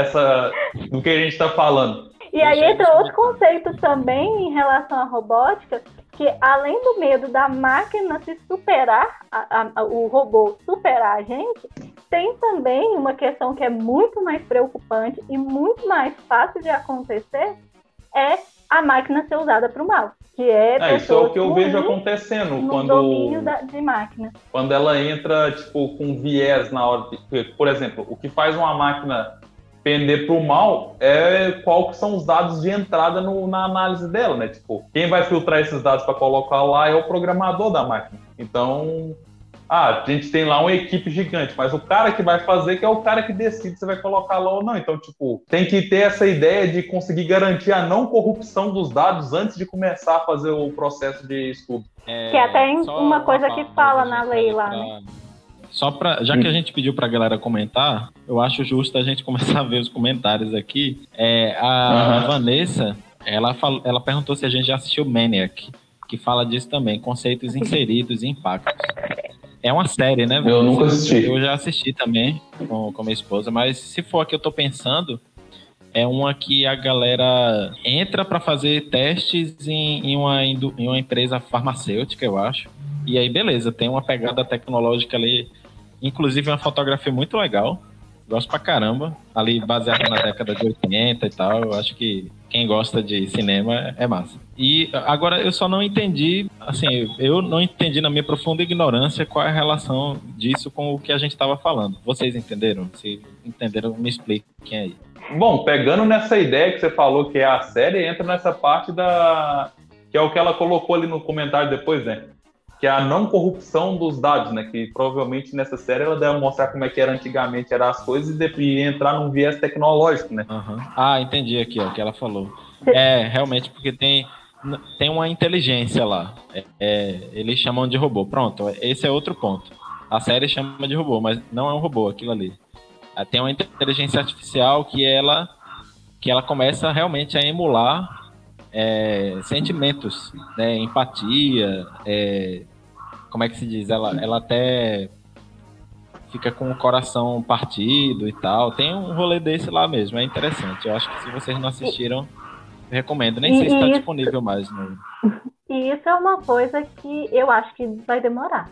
do que a gente está falando. E aí entra outro conceito também em relação à robótica, que além do medo da máquina se superar, o robô superar a gente, tem também uma questão que é muito mais preocupante e muito mais fácil de acontecer, é a máquina ser usada para o mal. Que isso é o que eu vejo acontecendo quando domínio de máquina. Quando ela entra tipo com viés na hora por exemplo, o que faz uma máquina pender para o mal qual que são os dados de entrada na análise dela, né? Tipo, quem vai filtrar esses dados para colocar lá é o programador da máquina. Então, a gente tem lá uma equipe gigante, mas o cara que vai fazer que é o cara que decide se vai colocar lá ou não. Então, tipo, tem que ter essa ideia de conseguir garantir a não corrupção dos dados antes de começar a fazer o processo de estudo. Que é até uma coisa que fala na lei lá, né? Já que a gente pediu pra galera comentar, eu acho justo a gente começar a ver os comentários aqui. A Vanessa, ela perguntou se a gente já assistiu Maniac, que fala disso também, conceitos inseridos e impactos. É uma série, né? Eu nunca assisti. Eu já assisti também com minha esposa, mas se for a que eu tô pensando, é uma que a galera entra para fazer testes em uma empresa farmacêutica, eu acho. E aí, beleza, tem uma pegada tecnológica ali, inclusive uma fotografia muito legal. Gosto pra caramba. Ali baseado na década de 80 e tal. Eu acho que quem gosta de cinema é massa. E agora eu só não entendi, assim, eu não entendi na minha profunda ignorância qual é a relação disso com o que a gente estava falando. Vocês entenderam? Se entenderam, me expliquem aí. Bom, pegando nessa ideia que você falou que é a série, entra nessa parte que é o que ela colocou ali no comentário depois, né? Que é a não corrupção dos dados, né? Que provavelmente nessa série ela deve mostrar como é que era antigamente as coisas e entrar num viés tecnológico, né? Uhum. Entendi aqui, ó, o que ela falou. Realmente, porque tem uma inteligência lá. Eles chamam de robô. Pronto, esse é outro ponto. A série chama de robô, mas não é um robô aquilo ali. Tem uma inteligência artificial que ela começa realmente a emular sentimentos, né? Empatia, como é que se diz? Ela até fica com o coração partido e tal. Tem um rolê desse lá mesmo, é interessante. Eu acho que se vocês não assistiram, eu recomendo. Nem sei se está disponível mais. E isso é uma coisa que eu acho que vai demorar.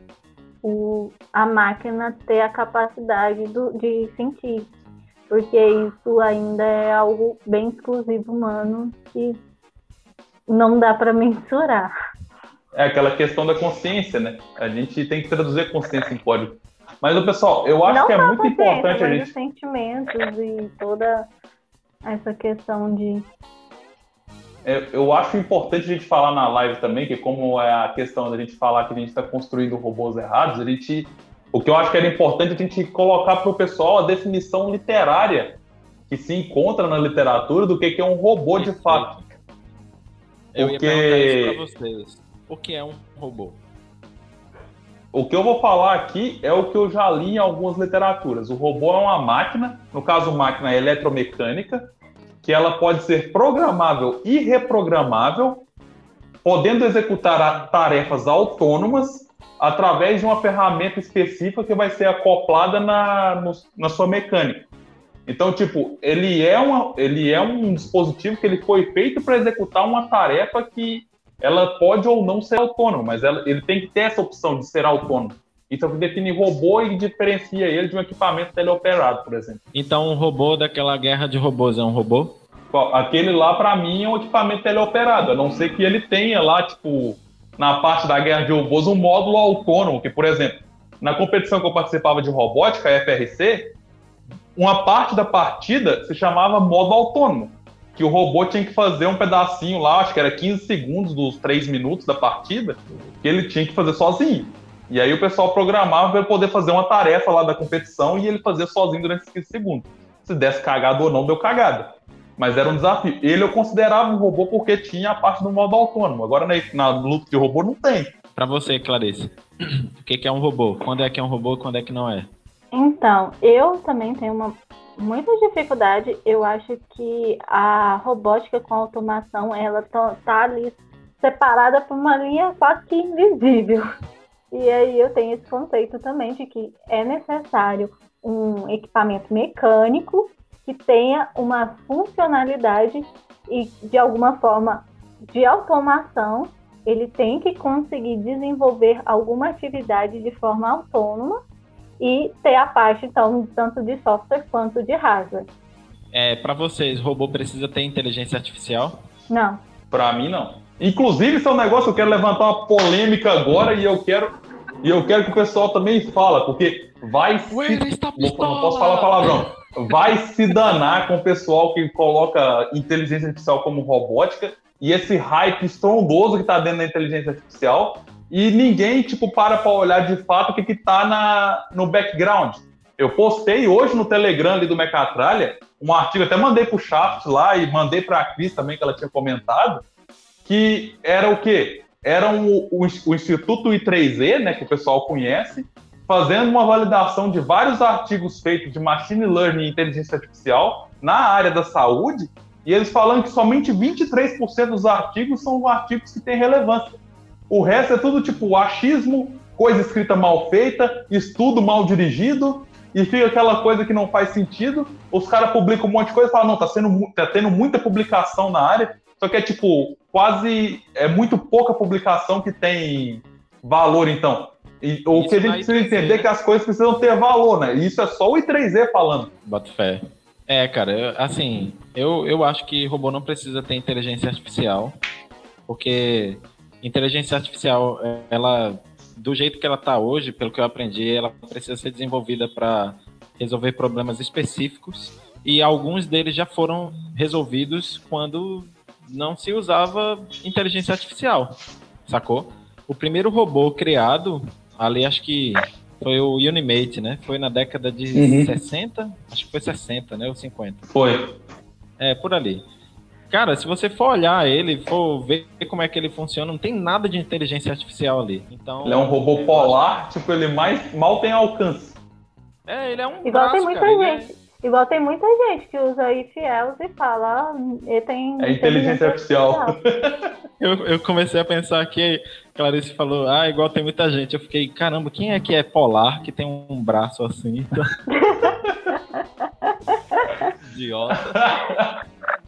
A máquina ter a capacidade de sentir. Porque isso ainda é algo bem exclusivo humano que não dá para mensurar. É aquela questão da consciência, né? A gente tem que traduzir consciência em código. Mas, pessoal, eu acho que é muito importante a gente... Os sentimentos e toda essa questão de... Eu acho importante a gente falar na live também, que como é a questão da gente falar que a gente está construindo robôs errados, o que eu acho que era importante a gente colocar para o pessoal a definição literária que se encontra na literatura do que é um robô de fato. Eu ia perguntar isso para vocês. O que é um robô? O que eu vou falar aqui é o que eu já li em algumas literaturas. O robô é uma máquina, no caso máquina eletromecânica, que ela pode ser programável e reprogramável, podendo executar tarefas autônomas através de uma ferramenta específica que vai ser acoplada na sua mecânica. Então, tipo, ele é um dispositivo que ele foi feito para executar uma tarefa que ela pode ou não ser autônoma, mas ele tem que ter essa opção de ser autônomo. Isso é o que define robô e diferencia ele de um equipamento teleoperado, por exemplo. Então, um robô daquela guerra de robôs é um robô? Aquele lá, para mim, é um equipamento teleoperado, a não ser que ele tenha lá, tipo, na parte da guerra de robôs, um módulo autônomo, que, por exemplo, na competição que eu participava de robótica, a FRC, uma parte da partida se chamava modo autônomo, que o robô tinha que fazer um pedacinho lá, acho que era 15 segundos dos 3 minutos da partida, que ele tinha que fazer sozinho. E aí o pessoal programava para ele poder fazer uma tarefa lá da competição e ele fazia sozinho durante esses 15 segundos. Se desse cagada ou não, deu cagada. Mas era um desafio. Ele eu considerava um robô porque tinha a parte do modo autônomo. Agora na luta de robô não tem. Para você, Clarice, o que é um robô? Quando é que é um robô e quando é que não é? Então, eu também tenho muita dificuldade. Eu acho que a robótica com automação, ela tá ali separada por uma linha quase que invisível. E aí eu tenho esse conceito também de que é necessário um equipamento mecânico que tenha uma funcionalidade e, de alguma forma, de automação. Ele tem que conseguir desenvolver alguma atividade de forma autônoma e ter a parte, então, tanto de software quanto de hardware. Para vocês, robô precisa ter inteligência artificial? Não. Para mim, não. Inclusive, esse é um negócio que eu quero levantar uma polêmica agora e eu quero que o pessoal também fala, porque vai se... Não posso falar palavrão. Vai se danar com o pessoal que coloca inteligência artificial como robótica e esse hype estrondoso que tá dentro da inteligência artificial e ninguém, para olhar de fato o que tá no background. Eu postei hoje no Telegram ali do Mecatralha um artigo, até mandei pro Shaft lá e mandei pra Cris também, que ela tinha comentado, que era o quê? Era o Instituto I3E, né, que o pessoal conhece, fazendo uma validação de vários artigos feitos de Machine Learning e Inteligência Artificial na área da saúde, e eles falando que somente 23% dos artigos são artigos que têm relevância. O resto é tudo achismo, coisa escrita mal feita, estudo mal dirigido, e fica aquela coisa que não faz sentido. Os caras publicam um monte de coisa e falam, não, tá tendo muita publicação na área, só que é muito pouca publicação que tem valor, então. E o que a gente precisa entender é que as coisas precisam ter valor, né? E isso é só o I3E falando. Boto fé. Cara, eu acho que robô não precisa ter inteligência artificial, porque inteligência artificial, ela, do jeito que ela tá hoje, pelo que eu aprendi, ela precisa ser desenvolvida para resolver problemas específicos, e alguns deles já foram resolvidos quando não se usava inteligência artificial, sacou? O primeiro robô criado, ali acho que foi o Unimate, né? Foi na década de 60, acho que foi 60, né? Ou 50. Foi. Por ali. Cara, se você for olhar ele, for ver como é que ele funciona, não tem nada de inteligência artificial ali. Então, ele é um robô polar, ele mal tem alcance. Ele é um Igual braço, tem muita gente. Igual tem muita gente que usa IFELS e fala, ele tem inteligência artificial. Eu comecei a pensar que Clarice falou, igual tem muita gente. Eu fiquei, caramba, quem é que é polar, que tem um braço assim? Então... Idiota.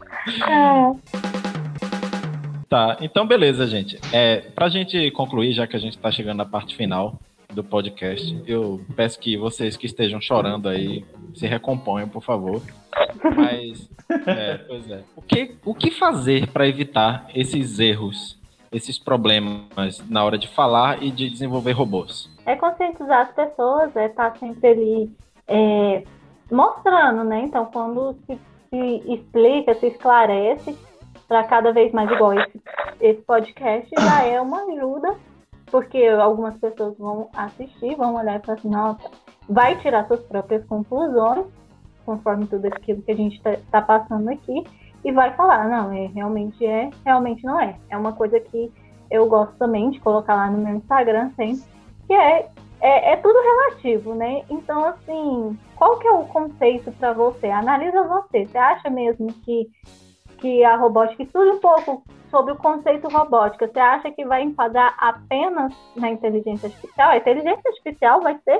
Tá, então beleza, gente. Pra gente concluir, já que a gente tá chegando na parte final do podcast, eu peço que vocês que estejam chorando aí se recomponham, por favor. Mas, pois é. O que fazer para evitar esses erros, esses problemas na hora de falar e de desenvolver robôs? É conscientizar as pessoas, estar sempre ali mostrando, né? Então, quando se explica, se esclarece, para cada vez mais igual esse podcast, já é uma ajuda, porque algumas pessoas vão assistir, vão olhar e falar assim, nossa, vai tirar suas próprias conclusões, conforme tudo aquilo que a gente está passando aqui, e vai falar, não, realmente não é. É uma coisa que eu gosto também de colocar lá no meu Instagram sempre, que é tudo relativo, né? Então, assim, qual que é o conceito para você? Analisa você. Você acha mesmo que a robótica, estude um pouco sobre o conceito robótica. Você acha que vai enquadrar apenas na inteligência artificial? A inteligência artificial vai ser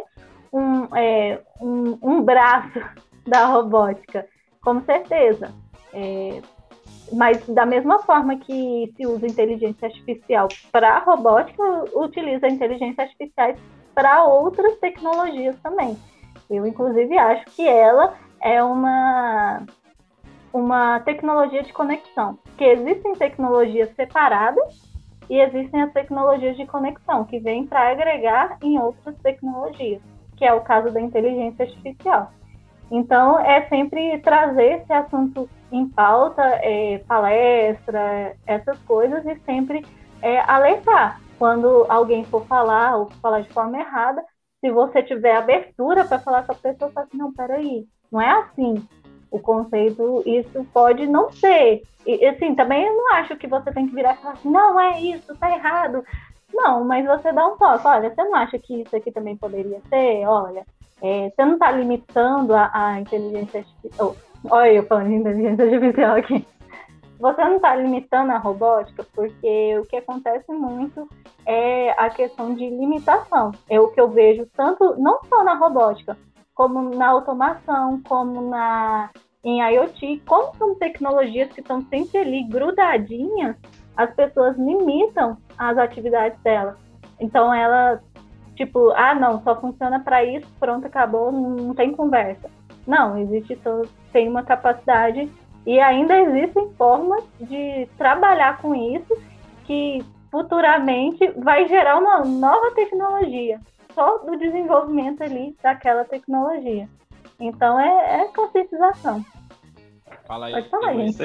um braço da robótica, com certeza. Mas da mesma forma que se usa inteligência artificial para robótica, utiliza inteligência artificial para outras tecnologias também. Eu, inclusive, acho que ela é uma tecnologia de conexão. Porque existem tecnologias separadas e existem as tecnologias de conexão, que vêm para agregar em outras tecnologias, que é o caso da inteligência artificial. Então, é sempre trazer esse assunto em pauta, palestra, essas coisas, e sempre alertar. Quando alguém for falar ou falar de forma errada, se você tiver abertura para falar com a pessoa, fala assim, não, peraí, não é assim. O conceito, isso pode não ser. E assim, também eu não acho que você tem que virar e falar assim, não, é isso, tá errado. Não, mas você dá um toque. Olha, você não acha que isso aqui também poderia ser? Olha, você não está limitando a inteligência artificial. Olha, eu falando de inteligência artificial aqui. Você não está limitando a robótica, porque o que acontece muito é a questão de limitação. É o que eu vejo tanto, não só na robótica, como na automação, como em IoT, como são tecnologias que estão sempre ali grudadinhas, as pessoas limitam as atividades delas. Então, ela, tipo, não, só funciona para isso, pronto, acabou, não tem conversa. Não, tem uma capacidade e ainda existem formas de trabalhar com isso que futuramente vai gerar uma nova tecnologia, só do desenvolvimento ali daquela tecnologia. Então, é conscientização. Fala aí. Pode falar, gente.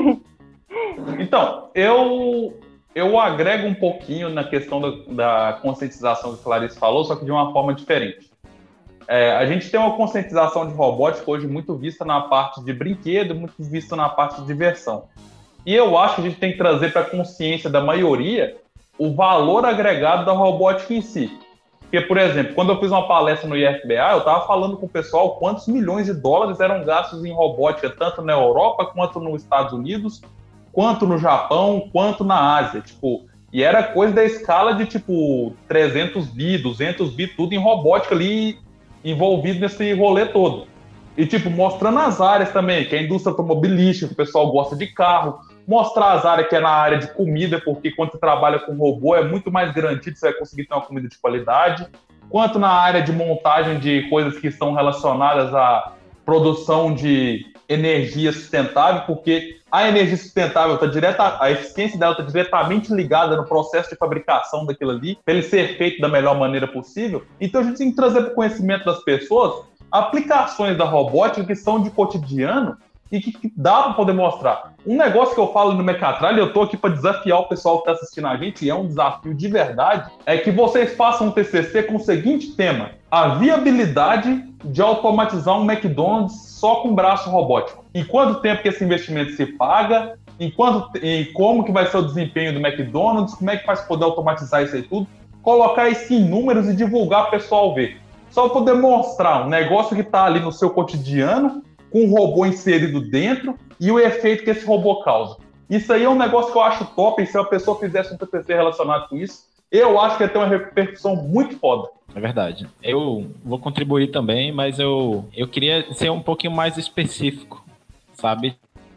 Então, eu agrego um pouquinho na questão da conscientização que o Clarice falou, só que de uma forma diferente. A gente tem uma conscientização de robótica hoje muito vista na parte de brinquedo, muito vista na parte de diversão. E eu acho que a gente tem que trazer para a consciência da maioria o valor agregado da robótica em si. Porque, por exemplo, quando eu fiz uma palestra no IFBA, eu estava falando com o pessoal quantos milhões de dólares eram gastos em robótica, tanto na Europa, quanto nos Estados Unidos, quanto no Japão, quanto na Ásia. E era coisa da escala de, 300 bi, 200 bi, tudo em robótica ali, envolvido nesse rolê todo. E, mostrando as áreas também, que é a indústria automobilística, o pessoal gosta de carro, mostrar as áreas que é na área de comida, porque quando você trabalha com robô é muito mais garantido que você vai conseguir ter uma comida de qualidade, quanto na área de montagem de coisas que estão relacionadas à produção de energia sustentável, porque a energia sustentável a eficiência dela está diretamente ligada no processo de fabricação daquilo ali, para ele ser feito da melhor maneira possível. Então a gente tem que trazer para o conhecimento das pessoas aplicações da robótica que são de cotidiano e que dá para poder mostrar. Um negócio que eu falo no Mecatralha, eu estou aqui para desafiar o pessoal que está assistindo a gente, e é um desafio de verdade, é que vocês façam um TCC com o seguinte tema: a viabilidade de automatizar um McDonald's só com braço robótico. Em quanto tempo que esse investimento se paga, e como que vai ser o desempenho do McDonald's, como é que faz poder automatizar isso aí tudo, colocar isso em números e divulgar para o pessoal ver. Só poder mostrar um negócio que está ali no seu cotidiano, com um robô inserido dentro e o efeito que esse robô causa. Isso aí é um negócio que eu acho top, e se a pessoa fizesse um TCC relacionado com isso, eu acho que ia ter uma repercussão muito foda. É verdade. Eu vou contribuir também, mas eu queria ser um pouquinho mais específico, sabe?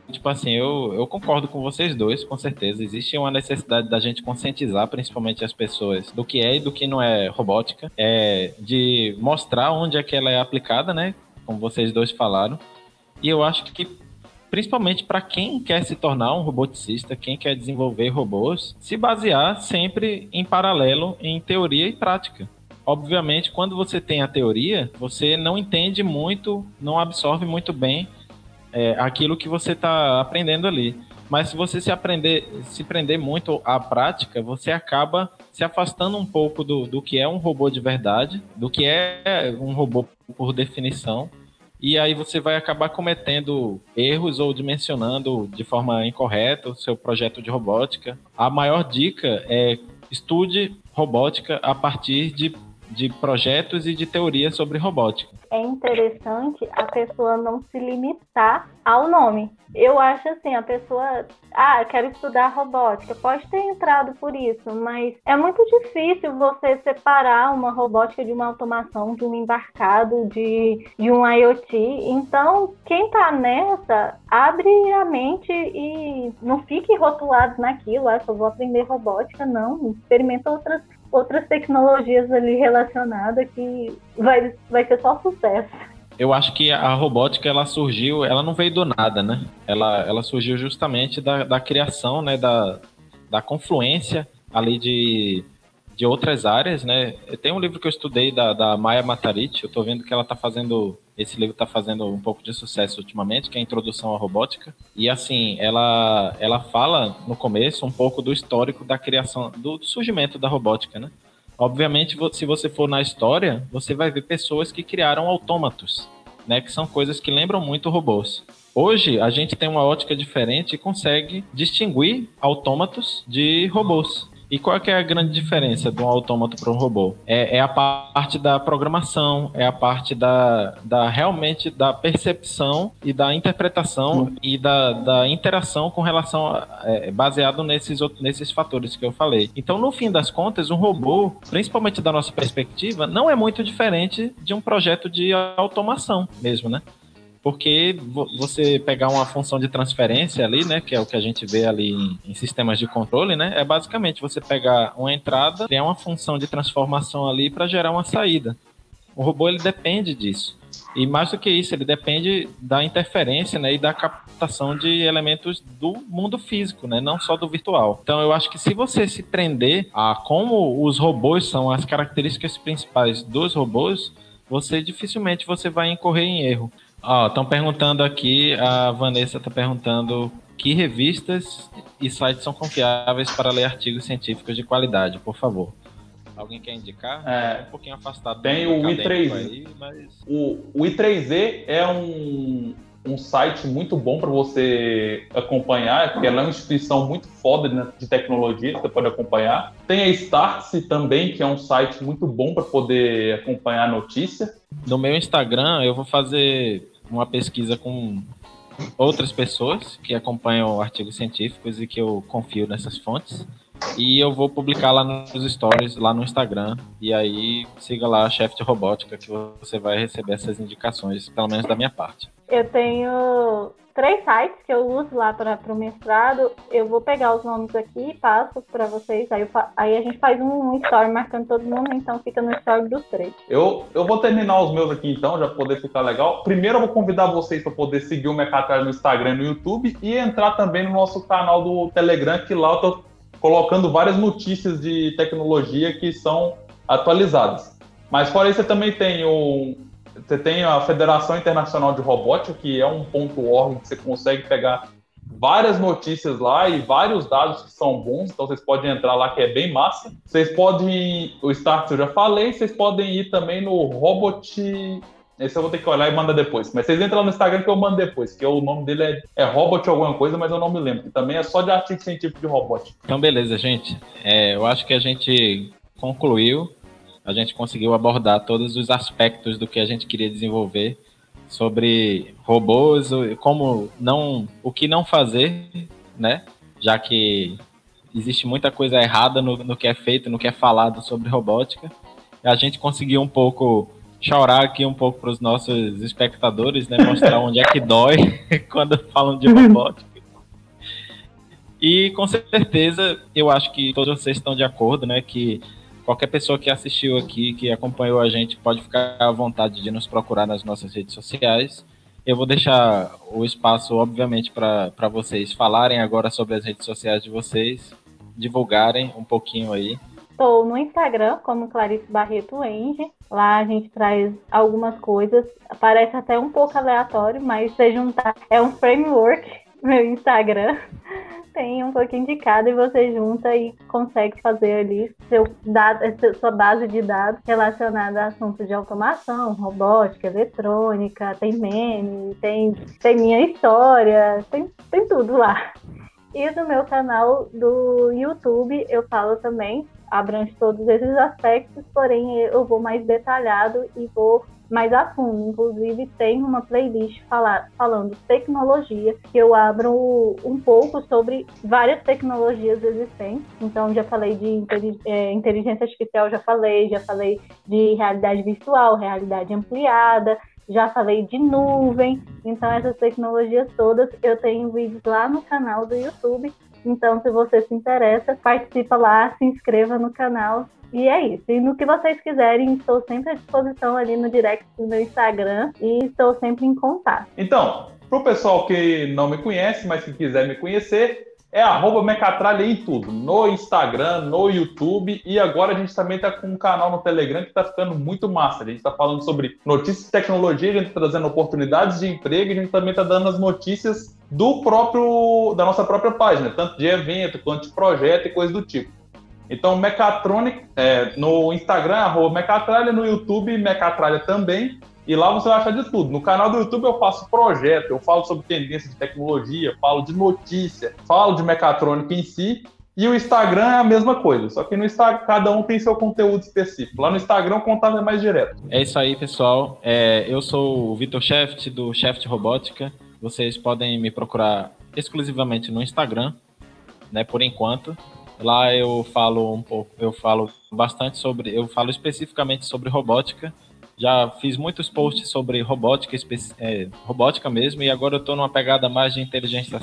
Eu concordo com vocês dois, com certeza. Existe uma necessidade da gente conscientizar, principalmente as pessoas, do que é e do que não é robótica, de mostrar onde é que ela é aplicada, né? Como vocês dois falaram. E eu acho que, principalmente para quem quer se tornar um roboticista, quem quer desenvolver robôs, se basear sempre em paralelo em teoria e prática. Obviamente, quando você tem a teoria, você não entende muito, não absorve muito bem aquilo que você está aprendendo ali. Mas se você se prender muito à prática, você acaba se afastando um pouco do que é um robô de verdade, do que é um robô por definição, e aí você vai acabar cometendo erros ou dimensionando de forma incorreta o seu projeto de robótica. A maior dica é estude robótica a partir de projetos e de teorias sobre robótica. É interessante a pessoa não se limitar ao nome. Eu acho assim, a pessoa, quero estudar robótica, pode ter entrado por isso, mas é muito difícil você separar uma robótica de uma automação, de um embarcado, de um IoT. Então, quem tá nessa, abre a mente e não fique rotulado naquilo, só vou aprender robótica, não. Experimenta outras tecnologias ali relacionadas que vai ser só sucesso. Eu acho que a robótica, ela não veio do nada, né? Ela surgiu justamente da criação, né? Da confluência ali de outras áreas, né? Tem um livro que eu estudei da Maya Matarich, eu tô vendo que esse livro está fazendo um pouco de sucesso ultimamente, que é a Introdução à Robótica. E assim, ela fala no começo um pouco do histórico da criação, do surgimento da robótica, né? Obviamente, se você for na história, você vai ver pessoas que criaram autômatos, né, que são coisas que lembram muito robôs. Hoje, a gente tem uma ótica diferente e consegue distinguir autômatos de robôs. E qual é que é a grande diferença de um autômato para um robô? É a parte da programação, é a parte realmente da percepção e da interpretação e da interação com relação baseado nesses fatores que eu falei. Então, no fim das contas, um robô, principalmente da nossa perspectiva, não é muito diferente de um projeto de automação mesmo, né? Porque você pegar uma função de transferência ali, né, que é o que a gente vê ali em sistemas de controle, né, é basicamente você pegar uma entrada, criar uma função de transformação ali para gerar uma saída. O robô, ele depende disso. E mais do que isso, ele depende da interferência, né, e da captação de elementos do mundo físico, né, não só do virtual. Então, eu acho que se você se prender a como os robôs são as características principais dos robôs, dificilmente você vai incorrer em erro. Estão perguntando aqui, a Vanessa está perguntando que revistas e sites são confiáveis para ler artigos científicos de qualidade, por favor. Alguém quer indicar? Um pouquinho afastado. Tem o I3Z. Aí, mas... o I3Z é um site muito bom para você acompanhar, porque ela é uma instituição muito foda de tecnologia, que você pode acompanhar. Tem a Startse também, que é um site muito bom para poder acompanhar a notícia. No meu Instagram, eu vou fazer uma pesquisa com outras pessoas que acompanham artigos científicos e que eu confio nessas fontes. E eu vou publicar lá nos stories, lá no Instagram. E aí, siga lá a Chefe de Robótica, que você vai receber essas indicações, pelo menos da minha parte. Eu tenho 3 sites que eu uso lá para o mestrado. Eu vou pegar os nomes aqui e passo para vocês. Aí a gente faz um story marcando todo mundo, então fica no story dos 3. Eu vou terminar os meus aqui então, já para poder ficar legal. Primeiro eu vou convidar vocês para poder seguir o Mercatário no Instagram e no YouTube e entrar também no nosso canal do Telegram, que lá eu tô colocando várias notícias de tecnologia que são atualizadas. Mas fora isso, você tem a Federação Internacional de Robótica, que é um .org que você consegue pegar várias notícias lá e vários dados que são bons, então vocês podem entrar lá, que é bem massa. Vocês podem, o Start eu já falei, vocês podem ir também no Robot... Esse eu vou ter que olhar e mandar depois. Mas vocês entram lá no Instagram que eu mando depois, que o nome dele é Robot alguma coisa, mas eu não me lembro. E também é só de artigo científico de robótica. Então, beleza, gente. Eu acho que a gente concluiu. A gente conseguiu abordar todos os aspectos do que a gente queria desenvolver sobre robôs, o que não fazer, né? Já que existe muita coisa errada no que é feito, no que é falado sobre robótica. A gente conseguiu um pouco chorar aqui um pouco para os nossos espectadores, né? Mostrar onde é que dói quando falam de robótica. E com certeza, eu acho que todos vocês estão de acordo, né? Que qualquer pessoa que assistiu aqui, que acompanhou a gente, pode ficar à vontade de nos procurar nas nossas redes sociais. Eu vou deixar o espaço, obviamente, para vocês falarem agora sobre as redes sociais de vocês, divulgarem um pouquinho aí. Estou no Instagram como Clarice Barreto Eng. Lá a gente traz algumas coisas. Parece até um pouco aleatório, mas se juntar, é um framework, meu Instagram. Tem um pouquinho de cada e você junta e consegue fazer ali sua base de dados relacionada a assuntos de automação, robótica, eletrônica, tem meme, tem minha história, tem tudo lá. E no meu canal do YouTube eu falo também abrange todos esses aspectos, porém eu vou mais detalhado e vou mais a fundo. Inclusive, tem uma playlist falando tecnologia, que eu abro um pouco sobre várias tecnologias existentes. Então, já falei de inteligência artificial, já falei de realidade virtual, realidade ampliada, já falei de nuvem. Então, essas tecnologias todas, eu tenho vídeos lá no canal do YouTube. Então, se você se interessa, participa lá, se inscreva no canal. E é isso. E no que vocês quiserem, estou sempre à disposição ali no direct do meu Instagram e estou sempre em contato. Então, para o pessoal que não me conhece, mas que quiser me conhecer, é @mecatralha em tudo. No Instagram, no YouTube, e agora a gente também está com um canal no Telegram que está ficando muito massa. A gente está falando sobre notícias de tecnologia, a gente está trazendo oportunidades de emprego, e a gente também está dando as notícias da nossa própria página, tanto de evento quanto de projeto e coisa do tipo. Então, Mechatronic, no Instagram, @Mecatralha, no YouTube, Mecatralha também, e lá você vai achar de tudo. No canal do YouTube eu faço projeto, eu falo sobre tendência de tecnologia, falo de notícia, falo de mecatrônica em si, e o Instagram é a mesma coisa, só que no Instagram cada um tem seu conteúdo específico. Lá no Instagram o contato é mais direto. É isso aí, pessoal. Eu sou o Vitor Scheft, do Scheft Robótica. Vocês podem me procurar exclusivamente no Instagram, né, por enquanto. Lá eu falo especificamente sobre robótica. Já fiz muitos posts sobre robótica, robótica mesmo, e agora eu estou numa pegada mais de inteligência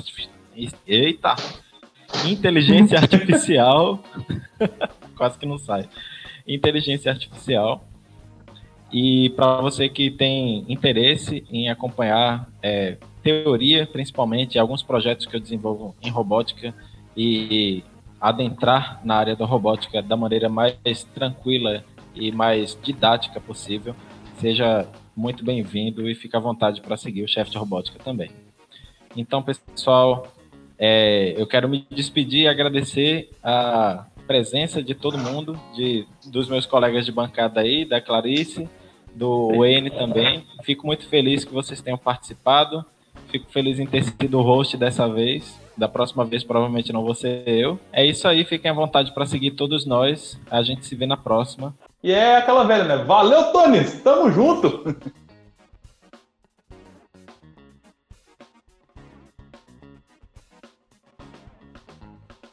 artificial. Quase que não sai. Inteligência artificial. E para você que tem interesse em acompanhar teoria, principalmente, alguns projetos que eu desenvolvo em robótica e adentrar na área da robótica da maneira mais tranquila e mais didática possível, seja muito bem-vindo e fique à vontade para seguir o Scheft Robótica também. Então, pessoal, eu quero me despedir e agradecer a presença de todo mundo, dos meus colegas de bancada aí, da Clarice, do Wayne também. Fico muito feliz que vocês tenham participado. Fico feliz em ter sido o host dessa vez. Da próxima vez, provavelmente não vou ser eu. É isso aí, fiquem à vontade para seguir todos nós. A gente se vê na próxima. E é aquela velha, né? Valeu, Tonis! Tamo junto!